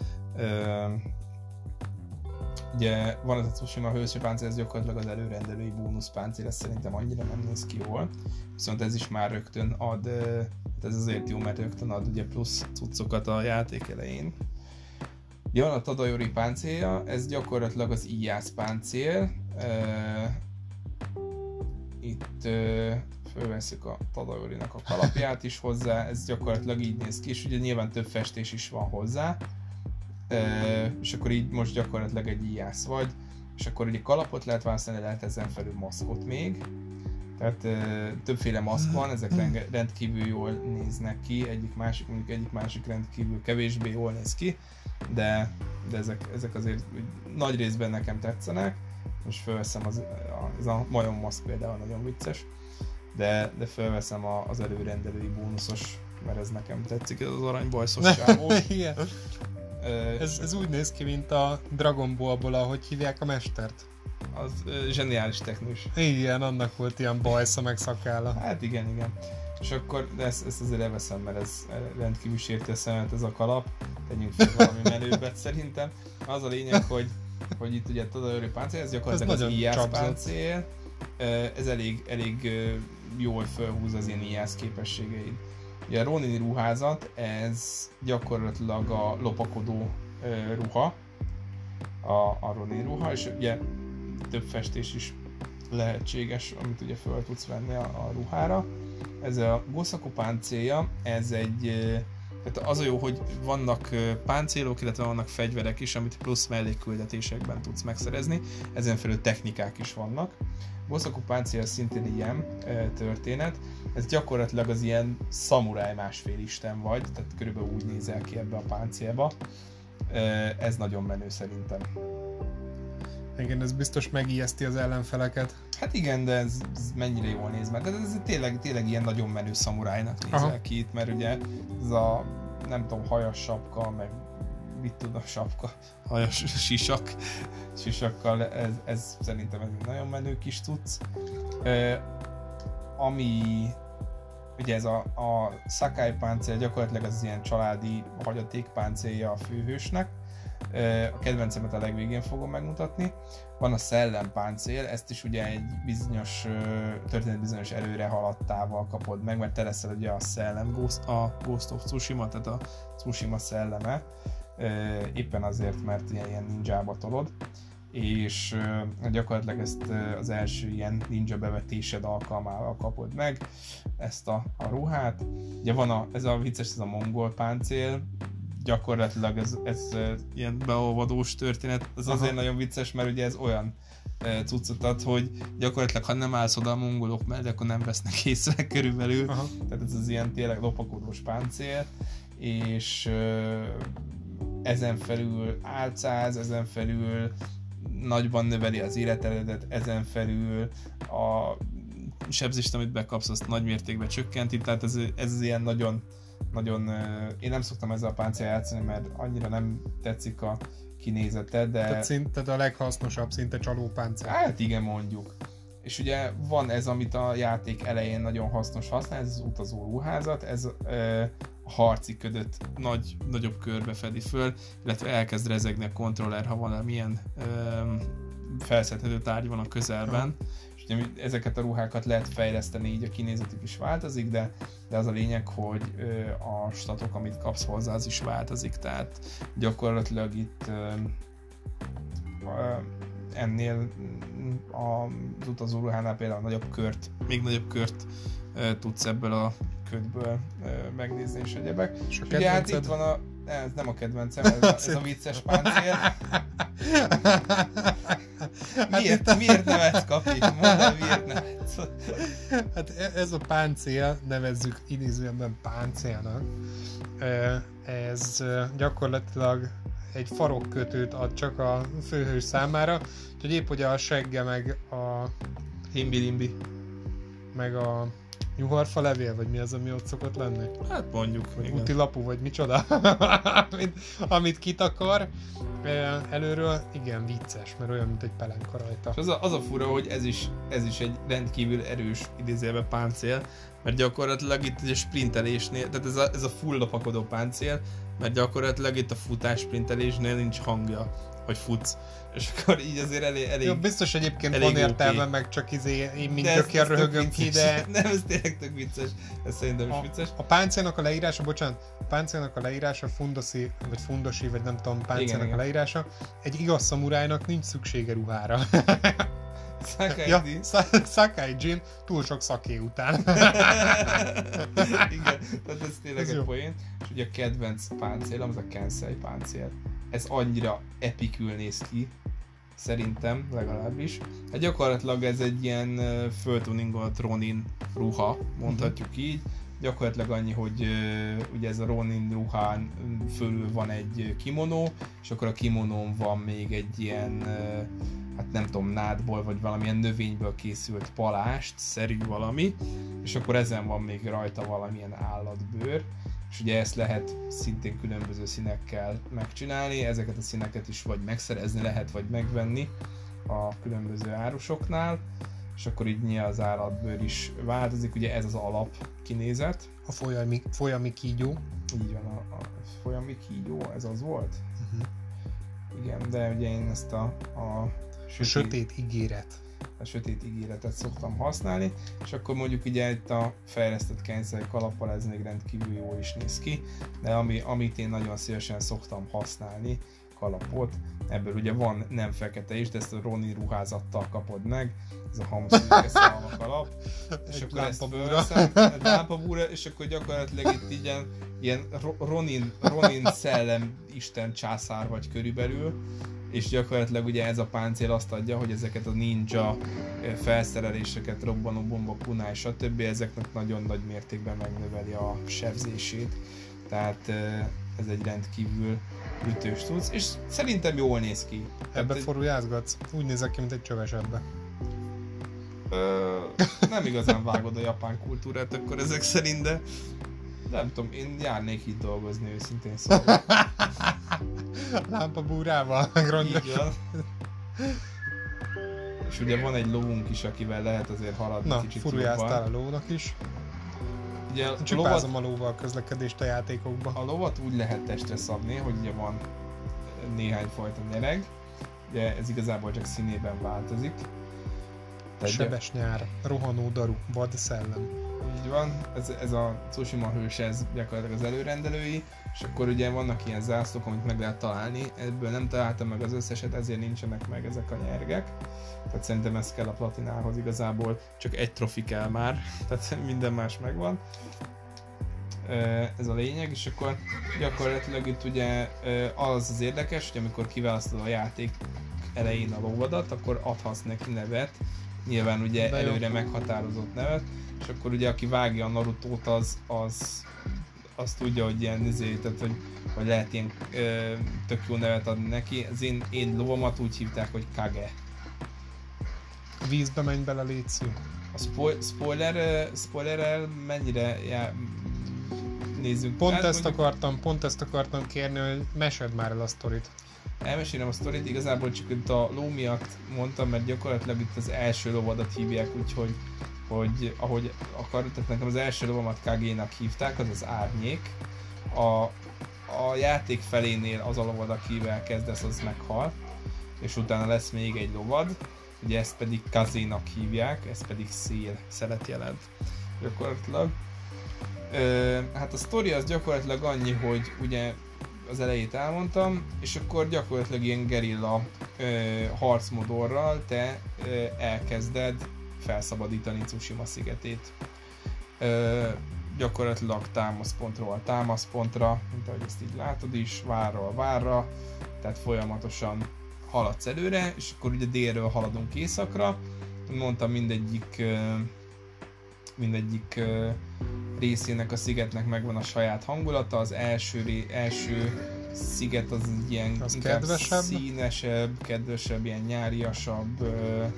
Ugye van az a Tsushima hősű páncél, ez gyakorlatilag az előrendelői bónusz páncél, ez szerintem annyira nem néz ki jól. Viszont ez is már rögtön ad, ez azért jó, mert rögtön ad ugye plusz cuccokat a játék elején. Ugye van a Tadajori páncélja, ez gyakorlatilag az Iyász páncél. Itt fölveszük a Tadajorinak a kalapját is hozzá, ez gyakorlatilag így néz ki, és ugye nyilván több festés is van hozzá. És akkor így most gyakorlatilag egy Iyász vagy, és akkor ugye kalapot lehet választani, lehet ezen felül maszkot még. Tehát többféle maszk van, ezek rendkívül jól néznek ki, egyik másik rendkívül kevésbé jól néz ki, de ezek azért nagy részben nekem tetszenek. Most felveszem ez a majom maszk például nagyon vicces, de felveszem az előrendelői bónuszos, mert ez nekem tetszik, ez az aranybajszos csávó. Ez úgy néz ki, mint a Dragon Ballból, ahogy hívják a mestert. Az zseniális technős. Igen, annak volt ilyen bajsza meg szakálla. Hát igen. És akkor ezt azért elveszem, mert ez rendkívül sérti a szemet ez a kalap. Tegyünk fel valami menőbbet szerintem. Az a lényeg, hogy itt ugye a Tadajori páncél, ez gyakorlatilag az Iyász páncél. Ez elég jól felhúz az ilyen Iyász képességeid. Ugye a Ronin ruházat, ez gyakorlatilag a lopakodó ruha, a Ronin ruha, és ugye több festés is lehetséges, amit ugye fel tudsz venni a ruhára. Ez a Gosaku páncélja, ez egy Tehát az a jó, hogy vannak páncélok, illetve vannak fegyverek is, amit plusz mellékküldetésekben tudsz megszerezni, ezen felül technikák is vannak. Bosszaku páncél szintén ilyen történet, ez gyakorlatilag az ilyen szamuráj másfél isten vagy, tehát körülbelül úgy nézel ki ebbe a páncélba. Ez nagyon menő szerintem. Igen, ez biztos megijeszti az ellenfeleket. Hát igen, de ez mennyire jól néz meg. De ez tényleg ilyen nagyon menő szamurájnak nézel ki itt, mert ugye ez a nem tudom, hajas sapka, meg mit tudom, sapka, hajas sisakkal, ez szerintem ez egy nagyon menő kis cucc. Ami ugye ez a Sakai páncél gyakorlatilag az ilyen családi hagyatékpáncélja a főhősnek. A kedvencemet a legvégén fogom megmutatni. Van a szellempáncél, ezt is ugye egy bizonyos történet bizonyos előre haladtával kapod meg, mert te leszel ugye a szellem, a Ghost of Tsushima, tehát a Tsushima szelleme, éppen azért, mert ilyen ninjába tolod, és gyakorlatilag ezt az első ilyen ninja bevetésed alkalmával kapod meg, ezt a ruhát. Ugye van ez a vicces, ez a mongol páncél, gyakorlatilag ez ilyen beolvadós történet, ez azért nagyon vicces, mert ugye ez olyan cuccot ad, hogy gyakorlatilag ha nem állsz oda a mongolok mellé, akkor nem vesznek észre körülbelül. Aha. Tehát ez az ilyen tényleg lopakodós páncél, és ezen felül álcáz, ezen felül nagyban növeli az életedet, ezen felül a sebzést, amit bekapsz, azt nagy mértékben csökkenti, tehát ez az ilyen nagyon, én nem szoktam ezzel a páncél játszani, mert annyira nem tetszik a kinézete, de... Tehát a leghasznosabb szinte csalópáncél. Hát igen, mondjuk. És ugye van ez, amit a játék elején nagyon hasznos használni, ez az utazó ruházat, ez a harci ködöt nagyobb körbe fedi föl, illetve elkezd rezegni a kontroller, ha valamilyen felszedhető tárgy van a közelben. És ugye ezeket a ruhákat lehet fejleszteni, így a kinézetük is változik, de az a lényeg, hogy a statok, amit kapsz hozzá, az is változik. Tehát gyakorlatilag itt ennél az utazó ruhánál például még nagyobb kört tudsz ebből a ködből megnézni és egyebek. És ugye hát itt van ez nem a kedvencem, ez a vicces páncél. Miért nevetsz, Kapi? Mondd el, miért nevetsz? Hát ez a páncél, nevezzük idézőjelben páncélnak, ez gyakorlatilag egy farokkötőt ad csak a főhős számára, úgyhogy épp ugye a segge meg a himbi-limbi meg a nyuharfa levél, vagy mi az, ami ott szokott lenni? Hát mondjuk. Vagy útilapú, vagy micsoda, amit kitakar. Előről igen vicces, mert olyan, mint egy pelenka rajta. És az a fura, hogy ez is egy rendkívül erős idézőjelben páncél, mert gyakorlatilag itt egy sprintelésnél, tehát ez a full lopakodó páncél, mert gyakorlatilag itt a futás sprintelésnél nincs hangja, hogy futsz. És akkor így azért elég jó, biztos egyébként van értelme, meg csak én mind gyökér röhögöm ki, de... Nem, ez tényleg tök vicces. Ez szerintem is vicces. A páncélnak a leírása, fundosi, vagy nem tudom, páncélnak igen. A leírása, egy igaz szamurájnak nincs szüksége ruhára. Sakai Jin túl sok szaké után. Igen, tehát ez tényleg egy poén. És ugye a kedvenc páncél, az a Kensei páncél. Ez annyira epikül néz ki, szerintem legalábbis. Hát gyakorlatilag ez egy ilyen föltuningolt Ronin ruha, mondhatjuk így. Gyakorlatilag annyi, hogy ugye ez a Ronin ruhán fölül van egy kimonó, és akkor a kimonón van még egy ilyen, hát nem tudom, nádból, vagy valamilyen növényből készült palást, szerű valami, és akkor ezen van még rajta valamilyen állatbőr, és ugye ezt lehet szintén különböző színekkel megcsinálni, ezeket a színeket is vagy megszerezni lehet, vagy megvenni a különböző árusoknál, és akkor így nyilván az állatbőr is változik, ugye ez az alap kinézet. A folyami kígyó. Így van, a folyami kígyó, ez az volt? Igen, de ugye én ezt a sötét ígéret. A sötét ígéretet szoktam használni, és akkor mondjuk ugye itt a fejlesztett Kensei kalappal ez még rendkívül jól is néz ki, de amit én nagyon szívesen szoktam használni kalapot, ebből ugye van nem fekete is, de ezt a Ronin ruházattal kapod meg, ez a hamszűke szalma kalap, és akkor ezt lámpabúra, és akkor gyakorlatilag itt ilyen Ronin szellem isten császár vagy körülbelül, és gyakorlatilag ugye ez a páncél azt adja, hogy ezeket a ninja felszereléseket, robbanó bomba, kunai, stb. Ezeknek nagyon nagy mértékben megnöveli a sebzését, tehát ez egy rendkívül ütős tudsz, és szerintem jól néz ki. Ebbe forrójázgatsz? Úgy nézek ki, mint egy csöves ebbe. Nem igazán vágod a japán kultúrát akkor ezek szerint, de nem tudom, én járnék itt dolgozni őszintén szóval. Lámpabúrával, meg rongyos. És ugye van egy lovunk is, akivel lehet azért haladni kicsit jobban. Na, furujáztál a lónak is. Ugye csupázom a lóval a közlekedést a játékokban. A lovat úgy lehet testre szabni, hogy ugye van néhány fajta nyereg. Ugye ez igazából csak színében változik. Sebes nyár, rohanó daru, vad szellem. Így van, ez a Tsushima hős, ez gyakorlatilag az előrendelői, és akkor ugye vannak ilyen zászlók, amit meg lehet találni, ebből nem találtam meg az összeset, ezért nincsenek meg ezek a nyergek. Tehát szerintem ez kell a platinához igazából, csak egy trofi kell már, tehát minden más megvan. Ez a lényeg, és akkor gyakorlatilag itt ugye az érdekes, hogy amikor kiválasztod a játék elején a lovadat, akkor adhatsz neki nevet, nyilván ugye előre meghatározott nevet, és akkor ugye aki vágja a Narutót, az tudja, hogy ilyen tehát, hogy lehet ilyen tök jó nevet adni neki. Az én lovamat úgy hívták, hogy Kage. Vízbe menj bele, létszik. A spoilerrel mennyire nézzünk. Pont ezt akartam kérni, hogy meséld már el a sztorit. Elmesélem a sztorit, igazából csak itt a ló miatt mondtam, mert gyakorlatilag itt az első lovadat hívják, úgyhogy ahogy akarod, tehát nekem az első lovamat Kagénak hívták, az az árnyék. A játék felénél az a lovad, akivel kezdesz, az meghal, és utána lesz még egy lovad, ugye ezt pedig Kazénak hívják, ez pedig szél, szelet jelent gyakorlatilag. Hát a sztori az gyakorlatilag annyi, hogy ugye az elejét elmondtam, és akkor gyakorlatilag ilyen gerilla harcmodorral te elkezded felszabadítani Tsushima szigetét. Gyakorlatilag támaszpontról támaszpontra, mint ahogy ezt így látod is, várról várra, tehát folyamatosan haladsz előre, és akkor ugye délről haladunk északra. Mondtam, mindegyik részének a szigetnek megvan a saját hangulata, az első sziget az ilyen az inkább kedvesebb? Színesebb, kedvesebb, ilyen nyáriasabb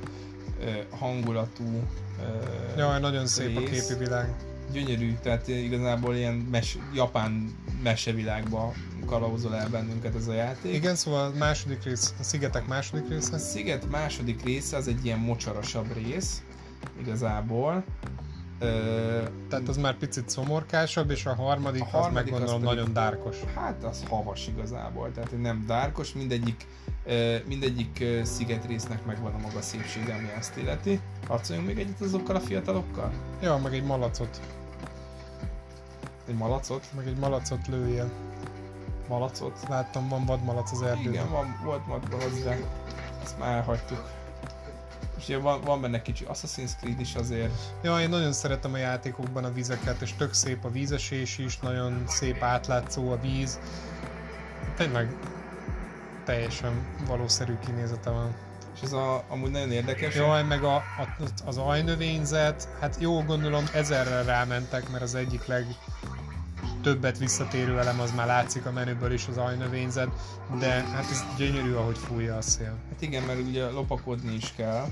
hangulatú Jaj, nagyon szép rész. A képi világ. Gyönyörű, tehát igazából ilyen japán mesevilágba kalauzol el bennünket ez a játék. Igen, szóval a szigetek második része? A sziget második része az egy ilyen mocsarasabb rész, igazából. Tehát az már picit szomorkásabb, és a harmadik az meg gondolom nagyon dárkos. Hát az havas igazából, tehát nem dárkos, mindegyik szigetrésznek megvan a maga szépsége, ami ezt illeti. Harcoljunk még egyet azokkal a fiatalokkal? Ja, meg egy malacot. Egy malacot? Meg egy malacot lőjél. Malacot? Láttam, van vadmalac az erdőben. Igen, volt vadmalac, de ezt már elhagytuk. És ugye van benne kicsi Assassin's Creed is azért. Ja, én nagyon szeretem a játékokban a vizeket, és tök szép a vízesés is, nagyon szép átlátszó a víz. Tényleg teljesen valószerű kinézete van. És ez amúgy nagyon érdekes. Jaj, meg az ajnövényzet, hát jó, gondolom 1000-rel rámentek, mert az egyik legtöbbet visszatérő elem, az már látszik a menüből is, az ajnövényzet, de hát ez gyönyörű, ahogy fújja a szél. Hát igen, mert ugye lopakodni is kell.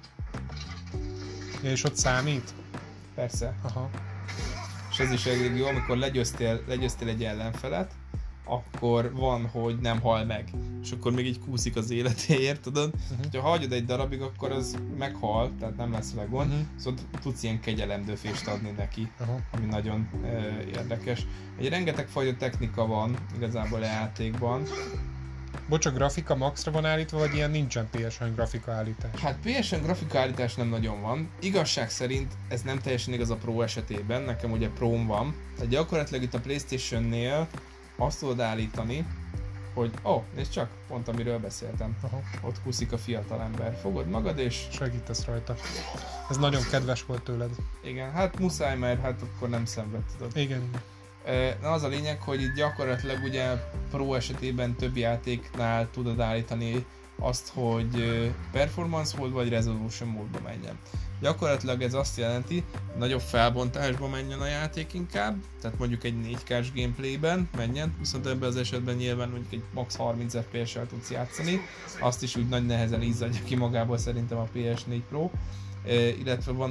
Ja, és ott számít? Persze. Aha. És ez is elég jó, amikor legyőztél egy ellenfelet, akkor van, hogy nem hal meg. És akkor még így kúszik az életéért, tudod? Ha hagyod egy darabig, akkor az meghal, tehát nem lesz vele gond. Szóval tudsz ilyen kegyelemdöfést adni neki, ami nagyon érdekes. Egy rengeteg fajta technika van igazából a játékban. Bocs, a grafika maxra van állítva, vagy ilyen nincsen PSN grafika állítás? Hát PSN grafika állítás nem nagyon van. Igazság szerint ez nem teljesen igaz a Pro esetében, nekem ugye Pro-m van. Tehát gyakorlatilag itt a PlayStation-nél azt tudod állítani, hogy nézd csak, pont amiről beszéltem. Aha. Ott kúszik a fiatalember. Fogod magad és... segítesz rajta. Ez nagyon kedves volt tőled. Igen, hát muszáj, mert hát akkor nem szenved, tudod. Igen. Na az a lényeg, hogy itt gyakorlatilag ugye Pro esetében több játéknál tudod állítani azt, hogy performance mód vagy resolution módba menjen. Gyakorlatilag ez azt jelenti, nagyobb felbontásba menjen a játék inkább, tehát mondjuk egy 4K-s gameplayben menjen, viszont ebben az esetben nyilván mondjuk egy max 30 FPS-sel tudsz játszani, azt is úgy nagy nehezen izzadja ki magából szerintem a PS4 Pro, illetve van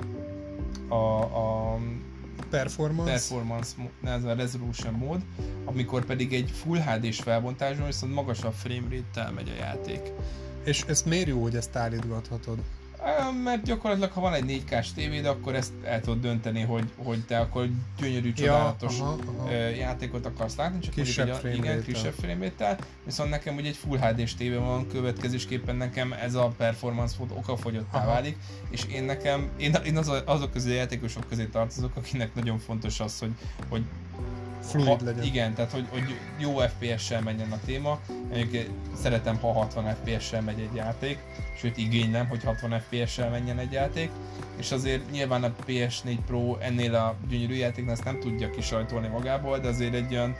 a performance ez a resolution mód, amikor pedig egy Full HD-s felbontásban viszont magasabb frame rate-tel megy a játék. És ez miért jó, hogy ezt állítgathatod? Mert gyakorlatilag, ha van egy 4K-s tévéd, akkor ezt el tudod dönteni, hogy te akkor gyönyörű, csodálatos játékot akarsz látni, csak kisebb frame rate-tel, viszont nekem ugye egy Full HD-s tévé van, következésképpen nekem ez a performance mód okafogyottá válik, és én azok közé játékosok közé tartozok, akinek nagyon fontos az, hogy fluid legyen. Igen, tehát hogy jó FPS-sel menjen a téma. Szeretem, ha 60 FPS-sel megy egy játék, sőt igénylem, hogy 60 FPS-sel menjen egy játék, és azért nyilván a PS4 Pro ennél a gyönyörű játéknál ezt nem tudja kisajtolni magából, de azért egy olyan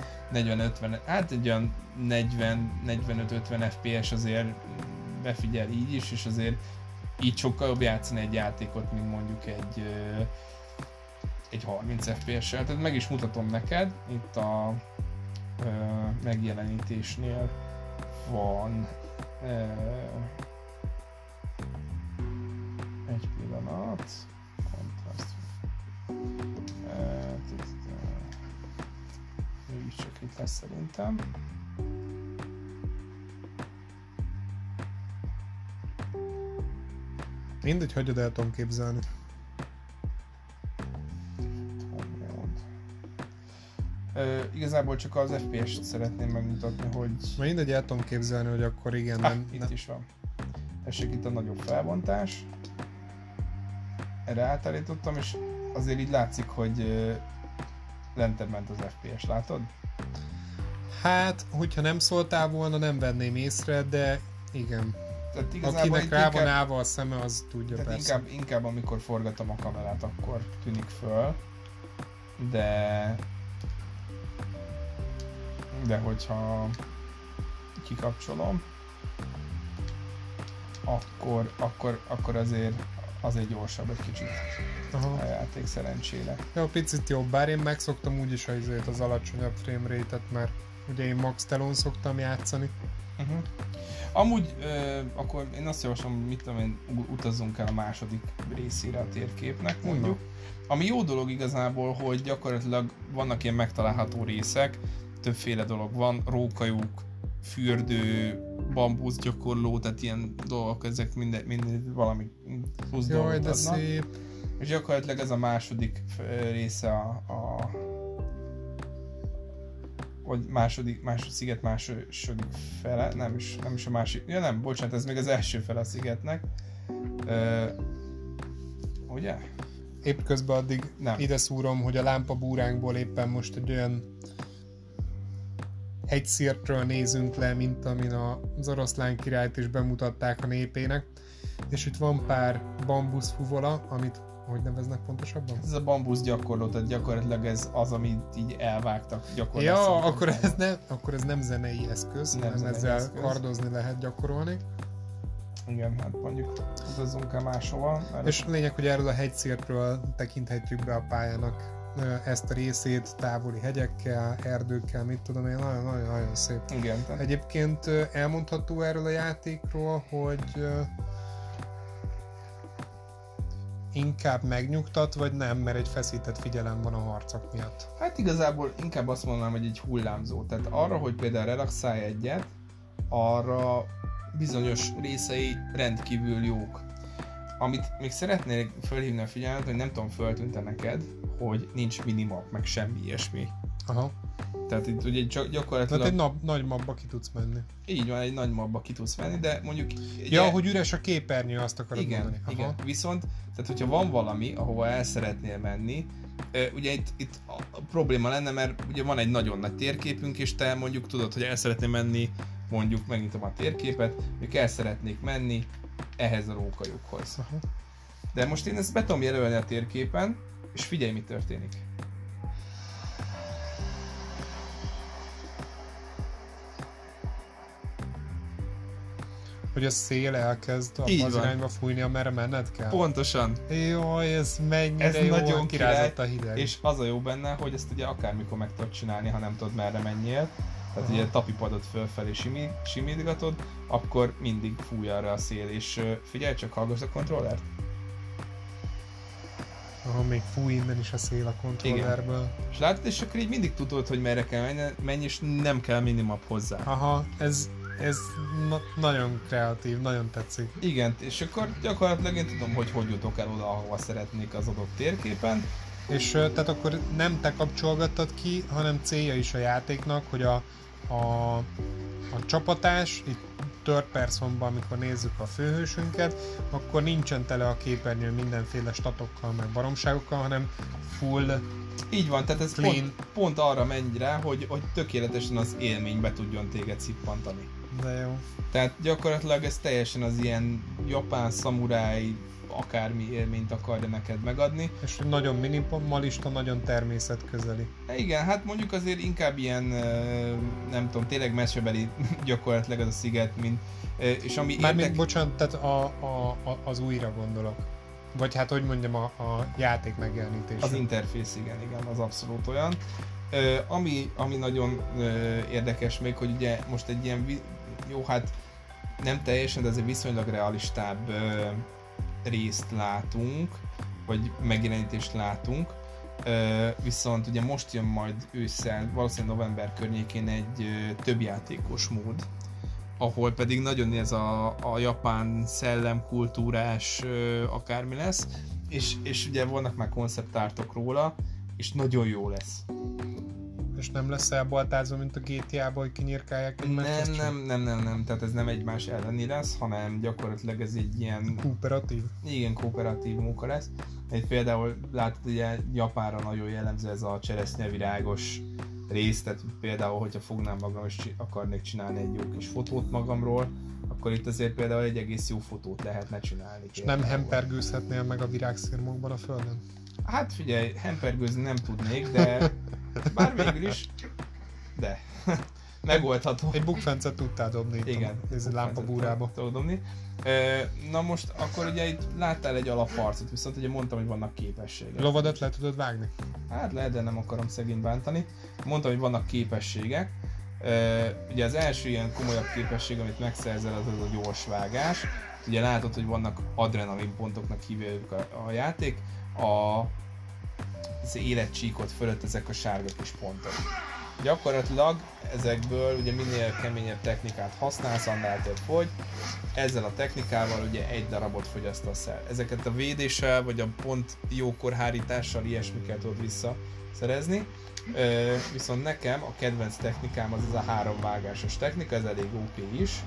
45-50 FPS azért befigyel így is, és azért így sokkal jobb játszani egy játékot, mint mondjuk egy 30 FPS-sel, tehát meg is mutatom neked, itt a megjelenítésnél van egy pillanat, kontraszt, mégis csak itt lesz szerintem. Mindegy, hagyod, el tudom képzelni. Igazából csak az FPS-t szeretném megmutatni, hogy... Mindegy, el tudom képzelni, hogy akkor igen, itt is van. Tessék, itt a nagyobb felbontás. Erre átállítottam, és azért így látszik, hogy lentebb ment az FPS, látod? Hát, hogyha nem szóltál volna, nem venném észre, de igen. Tehát akinek rá van állva a szeme, az tudja, tehát persze. Inkább amikor forgatom a kamerát, akkor tűnik föl, de hogyha kikapcsolom, akkor azért gyorsabb egy kicsit a játék szerencsére. Ja, picit jobb, bár én megszoktam úgyis az alacsonyabb frame rate-et, mert ugye én max telón szoktam játszani. Amúgy akkor én azt javaslom, mit tudom én, utazzunk el a második részére a térképnek, mondjuk. Ami jó dolog igazából, hogy gyakorlatilag vannak ilyen megtalálható részek, többféle dolog van, rókajuk, fürdő, bambuszgyakorló, tehát ilyen dolgok, ezek mind valami plusz dolgot adnak. Szép. És gyakorlatilag ez a második része vagy második sziget második fele, nem is a másik, bocsánat, ez még az első fele a szigetnek. Ugye? Épp közben addig ide szúrom, hogy a lámpabúránkból éppen most egy olyan hegyszirtről nézünk le, mint amin az Oroszlán királyt is bemutatták a népének. És itt van pár bambuszfuvola, amit hogy neveznek pontosabban? Ez a bambusz gyakorló, tehát gyakorlatilag ez az, amit így elvágtak gyakorlatilag. Ja, akkor ez nem zenei eszköz, nem ezzel eszköz. Kardozni lehet gyakorolni. Igen, hát mondjuk utazzunk el máshova. És lényeg, hogy erről a hegyszirtről tekinthetjük be a pályának ezt a részét, távoli hegyekkel, erdőkkel, mit tudom én, nagyon-nagyon szép. Igen. Egyébként elmondható erről a játékról, hogy inkább megnyugtat, vagy nem, mert egy feszített figyelem van a harcok miatt? Hát igazából inkább azt mondanám, hogy egy hullámzó. Tehát arra, hogy például relaxálj egyet, arra bizonyos részei rendkívül jók. Amit még szeretnék felhívni a figyelmet, hogy nem tudom, föltűnt-e neked, hogy nincs minimap, meg semmi ilyesmi. Aha. Tehát itt ugye gyakorlatilag... Tehát egy nagy mapba ki tudsz menni. Így van, egy nagy mapba ki tudsz menni, de mondjuk... Hogy üres a képernyő, azt akarod mondani. Igen, viszont, tehát hogyha van valami, ahova el szeretnél menni, ugye itt a probléma lenne, mert ugye van egy nagyon nagy térképünk, és te mondjuk tudod, hogy el szeretnél menni, mondjuk megnyitom a térképet, hogy el szeretnék menni ehhez a rókajukhoz. De most én ezt be tudom jelölni a térképen, és figyelj, mi történik. Hogy a szél elkezd abba az irányba fújni, amerre menned kell? Pontosan. Jaj, ez mennyire jó, nagyon kirázott a hideg. És az a jó benne, hogy ezt ugye akármikor meg tudod csinálni, ha nem tudod merre menjél. Tehát ugye tapipadot fölfelé simítgatod, akkor mindig fúj arra a szél, és figyelj csak, hallgass a kontrollert. Még fúj innen is a szél a kontrollerből. Igen. És látod, és akkor így mindig tudod, hogy merre kell menni, és nem kell minimap hozzá. Aha, ez nagyon kreatív, nagyon tetszik. Igen, és akkor gyakorlatilag én tudom, hogy jutok el oda, ahova szeretnék az adott térképen. És tehát akkor nem te kapcsolgattad ki, hanem célja is a játéknak, hogy a csapatás, itt third personban, amikor nézzük a főhősünket, akkor nincsen tele a képernyő mindenféle statokkal, meg baromságokkal, hanem full. Így van, tehát ez pont arra menj rá, hogy tökéletesen az élménybe tudjon téged szippantani. De jó. Tehát gyakorlatilag ez teljesen az ilyen japán szamuráj akármi élményt akarja neked megadni. És nagyon minimalista, nagyon természetközeli. Igen, hát mondjuk azért inkább ilyen, nem tudom, tényleg mesebeli gyakorlatilag az a sziget, mint... És ami Mármint, bocsánat, tehát az újra gondolok. Vagy hát, hogy mondjam, a játék megjelenítés. Az interfész, igen, az abszolút olyan. Ami nagyon érdekes még, hogy ugye most egy ilyen, jó, hát nem teljesen, de azért viszonylag realistább részt látunk, vagy megjelenítést látunk, viszont ugye most jön majd ősszel, valószínűleg november környékén egy többjátékos mód, ahol pedig nagyon ez a japán szellemkultúrás akármi lesz, és ugye vannak már konceptártok róla, és nagyon jó lesz. És nem lesz elbaltázva, mint a GTA-ból, hogy kinyírkálják egymást? Nem, tehát ez nem egymás elleni lesz, hanem gyakorlatilag ez egy ilyen... Kooperatív? Igen, kooperatív munka lesz. Egy például látod, ugye Japánra nagyon jellemző ez a cseresznyevirágos rész, tehát például, hogyha fognám magam és akarnék csinálni egy jó kis fotót magamról, akkor itt azért például egy egész jó fotót lehetne csinálni. És nem hempergőzhetnél meg a virágszirmokban a földön? Hát figyelj, hempergőzni nem tudnék, de bár végül is, de megoldható. Egy bukfencet tudtál dobni. Igen. Ez egy lámpabúrába. Tudod dobni. Na most akkor ugye itt láttál egy alapharcot, viszont ugye mondtam, hogy vannak képességek. Lovadat le tudod vágni? Hát lehet, de nem akarom szegény bántani. Mondtam, hogy vannak képességek. Ugye az első ilyen komolyabb képesség, amit megszerzel, az a gyors vágás. Ugye látod, hogy vannak adrenalin pontoknak hívjuk a játék. Az életcsíkot fölött ezek a sárga kis pontok. Gyakorlatilag ezekből ugye minél keményebb technikát használsz, annál több fogy. Ezzel a technikával ugye egy darabot fogyasztasz el. Ezeket a védéssel vagy a pont jókor hárítással ilyesmikkel tudod visszaszerezni. Viszont nekem a kedvenc technikám az a 3 vágásos technika, ez elég OP is.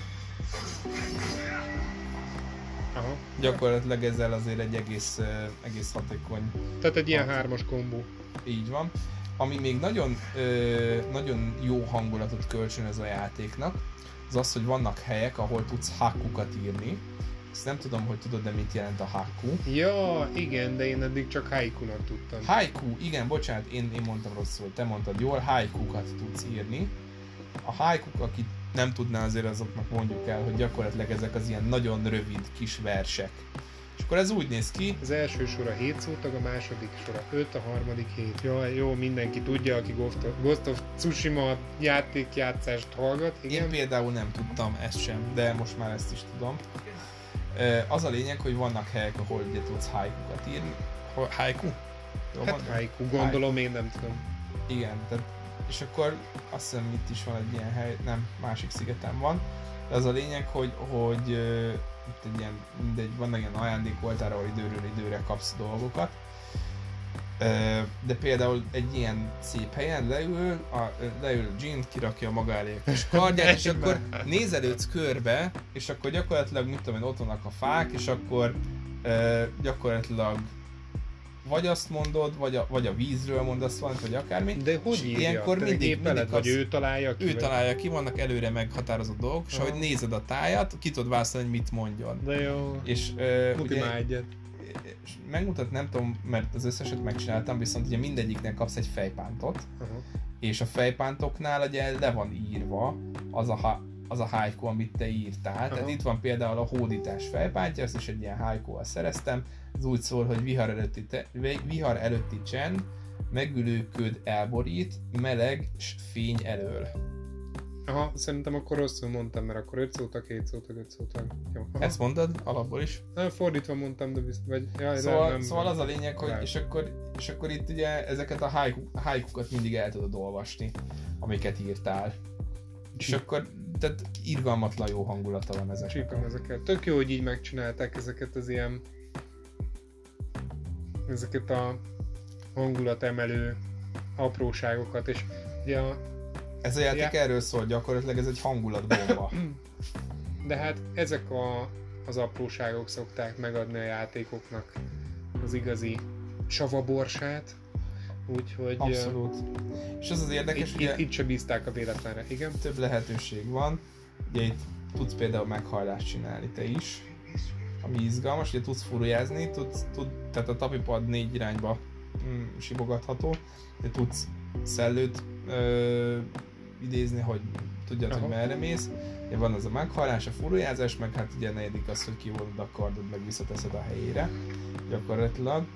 Aha. Gyakorlatilag ezzel azért egy egész hatékony... Tehát egy ilyen 3-as kombó. Így van. Ami még nagyon, nagyon jó hangulatot kölcsönöz a játéknak, az az, hogy vannak helyek, ahol tudsz hakukat írni. Ezt nem tudom, hogy tudod, de mit jelent a haku. Ja, igen, de én eddig csak haikunak tudtam. Haiku, igen, bocsánat, én mondtam rosszul, te mondtad jól, haikukat tudsz írni. A haikuk, akit nem tudná, azért azoknak mondjuk el, hogy gyakorlatilag ezek az ilyen nagyon rövid kis versek. És akkor ez úgy néz ki. Az első sora 7 szótag, a második sora 5, a harmadik 7. Jó, mindenki tudja, aki Ghost of Tsushima játékjátszást hallgat. Igen? Én például nem tudtam ezt sem, de most már ezt is tudom. Az a lényeg, hogy vannak helyek, ahol ugye tudsz haikukat írni. Haiku? Hát haiku, gondolom, haiku. Én nem tudom. Igen, tehát, és akkor azt hiszem itt is van egy ilyen hely, nem, másik szigeten van. De az a lényeg, hogy itt egy ilyen, vannak ilyen ajándékoltár, ahol időről időre kapsz dolgokat. De például egy ilyen szép helyen leül Jin, kirakja maga elé a kis kardját, és akkor nézelődsz körbe, és akkor gyakorlatilag, mit tudom én, ott vannak a fák, és akkor gyakorlatilag vagy azt mondod, vagy a vízről mondasz valamit, vagy akármi. De hogy írja? Ilyenkor mindig vagy ő találja ki? Ő találja ki, vannak előre meghatározott dolgok, és ahogy nézed a táját, ki tudod választani, hogy mit mondjon. De jó. És ugye, egyet. megmutat, nem tudom, mert az összeset megcsináltam, viszont ugye mindegyiknek kapsz egy fejpántot, és a fejpántoknál ugye le van írva az a haiku, amit te írtál. Tehát itt van például a hódítás fejpántja, ezt is egy ilyen haikuval szereztem. Ez úgy szól, hogy vihar előtti csend, megülő köd elborít, meleg s fény elől. Aha, szerintem akkor rosszul mondtam, mert akkor 5 szótag, 7 szótag, 5 szótag. Jó. Ezt mondtad alapból is? Nem, fordítva mondtam, de vagy... Jaj, szóval az a lényeg, hogy és akkor itt ugye ezeket a haikukat mindig el tudod olvasni, amiket írtál. És akkor tehát irgalmatlan jó hangulata van ezeknek. Csípem ezeket. Tök jó, hogy így megcsinálták ezeket az ilyen... ezeket a hangulatemelő apróságokat, és ugye ez a játék erről szól, gyakorlatilag ez egy hangulatbomba. De hát ezek az apróságok szokták megadni a játékoknak az igazi savaborsát, úgyhogy... Abszolút. És az érdekes, hogy itt se bízták a véletlenre, igen? Több lehetőség van. Ugye itt tudsz például meghajlást csinálni te is, ami izgalmas, ugye tudsz furujázni, tehát a tapipad 4 irányba sibogatható, de tudsz szellőt idézni, hogy hogy merre mész. Ugye van az a meghajlás, a furujázás, meg hát ugye a negyedik az, hogy kivonod a kardod, meg visszateszed a helyére gyakorlatilag.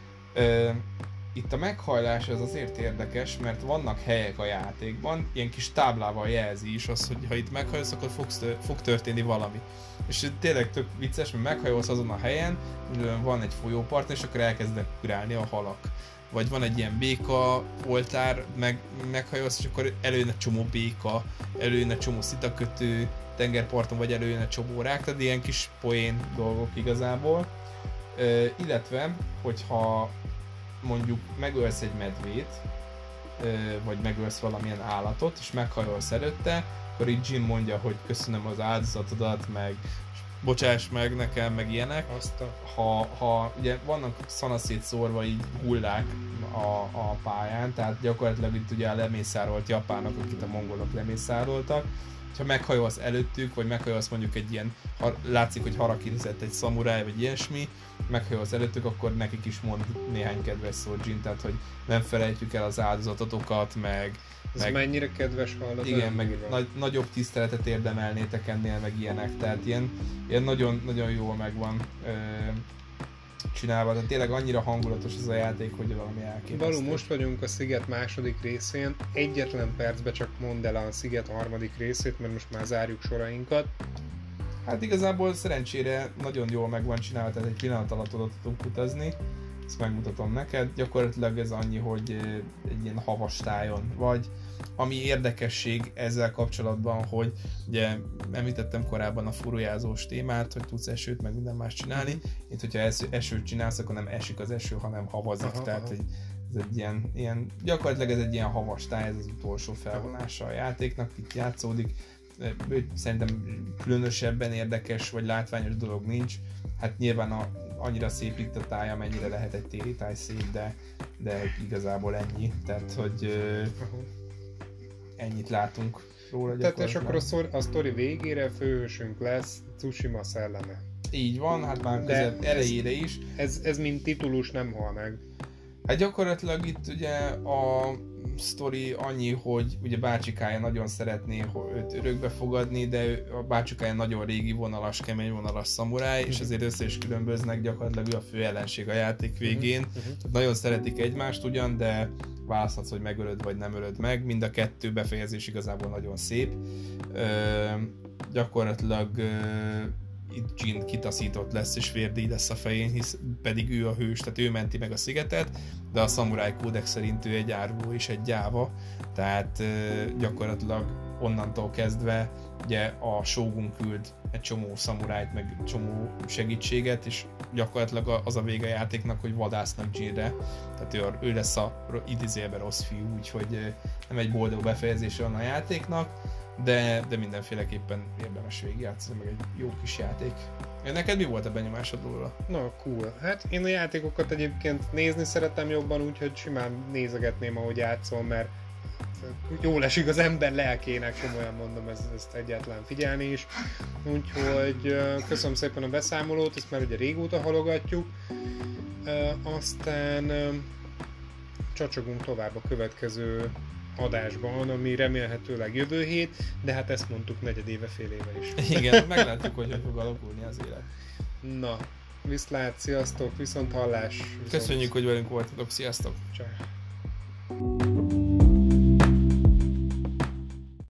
Itt a meghajlás az azért érdekes, mert vannak helyek a játékban, ilyen kis táblával jelzi is azt, hogy ha itt meghajolsz, akkor fog történni valami. És tényleg tök vicces, mert meghajolsz azon a helyen, van egy folyópart, és akkor elkezdenek ugrálni a halak. Vagy van egy ilyen béka oltár, meghajolsz, és akkor előjön egy csomó béka, előjön egy csomó szitakötő tengerparton, vagy előjön egy csomó rák, tehát ilyen kis poén dolgok igazából. Illetve, hogyha mondjuk megölsz egy medvét, vagy megölsz valamilyen állatot, és meghajolsz előtte, akkor így Jim mondja, hogy köszönöm az áldozatodat, meg bocsáss meg nekem, meg ilyenek. Ha ugye vannak szanaszét szórva így hullák a pályán, tehát gyakorlatilag itt ugye lemészárolt japánok, akit a mongolok lemészároltak. Ha meghajolsz előttük, vagy meghajolsz mondjuk egy ilyen, látszik, hogy harakirizett egy szamuráj, vagy ilyesmi, meghajolsz előttük, akkor nekik is mond néhány kedves szót Jin, tehát hogy nem felejtjük el az áldozatotokat, meg mennyire kedves hallod. Igen, meg nagyobb tiszteletet érdemelnétek ennél, meg ilyenek, tehát ilyen nagyon, nagyon jól megvan csinálva, tehát tényleg annyira hangulatos ez a játék, hogy valami elképesztő. Való, most vagyunk a Sziget második részén, egyetlen percben csak mondd el a Sziget harmadik részét, mert most már zárjuk sorainkat. Hát igazából szerencsére nagyon jól meg van csinálva, tehát egy pillanat alatt oda tudunk utazni. Ezt megmutatom neked. Gyakorlatilag ez annyi, hogy egy ilyen havas tájon vagy. Ami érdekesség ezzel kapcsolatban, hogy ugye említettem korábban a furujázós témát, hogy tudsz esőt, meg minden más csinálni. Itt, hogyha esőt csinálsz, akkor nem esik az eső, hanem havazik. Tehát ez egy ilyen, gyakorlatilag ez egy ilyen havas táj, ez az utolsó felvonása a játéknak, itt játszódik. Szerintem különösebben érdekes vagy látványos dolog nincs. Hát nyilván annyira szép itt a táj, amennyire lehet egy téli táj szép, de igazából ennyi. Tehát, hogy ennyit látunk róla. Tehát és akkor a sztori végére főhősünk lesz Tsushima szelleme. Így van, hát már közebb elejére is. Ez mint titulus nem hal meg. Hát gyakorlatilag itt ugye a sztori annyi, hogy ugye bácsikája nagyon szeretné őt örökbe fogadni, de a bácsikája nagyon régi vonalas, kemény vonalas szamuráj, és ezért össze is különböznek, gyakorlatilag ő a fő ellenség a játék végén. Tehát nagyon szeretik egymást ugyan, de választhatsz, hogy megölöd vagy nem ölöd meg. Mind a kettő befejezés igazából nagyon szép. Gyakorlatilag itt Jin kitaszított lesz és vérdíj lesz a fején, hisz pedig ő a hős, tehát ő menti meg a szigetet, de a szamuráj kódex szerint ő egy áruló és egy gyáva, tehát gyakorlatilag onnantól kezdve ugye a Shogun küld egy csomó szamurájt, meg egy csomó segítséget, és gyakorlatilag az a vége a játéknak, hogy vadásznak Jinre, tehát ő lesz a idézőjelben rossz fiú, úgyhogy nem egy boldog befejezése van a játéknak, de mindenféleképpen érdemes végigjátszani, meg egy jó kis játék. Neked mi volt a benyomásod róla? Na, cool. Hát én a játékokat egyébként nézni szeretem jobban, úgyhogy simán nézegetném, ahogy játszom, mert jól esik az ember lelkének, komolyan mondom, ezt egyáltalán figyelni is. Úgyhogy köszönöm szépen a beszámolót, ezt már ugye régóta halogatjuk. Aztán csacsogunk tovább a következő adásban, ami remélhetőleg jövő hét, de hát ezt mondtuk negyedéve, fél éve is. Igen, meglátjuk, hogy fog alakulni az élet. Na, viszlát, sziasztok, viszont hallás. Köszönjük, hogy velünk voltatok, sziasztok! Csá.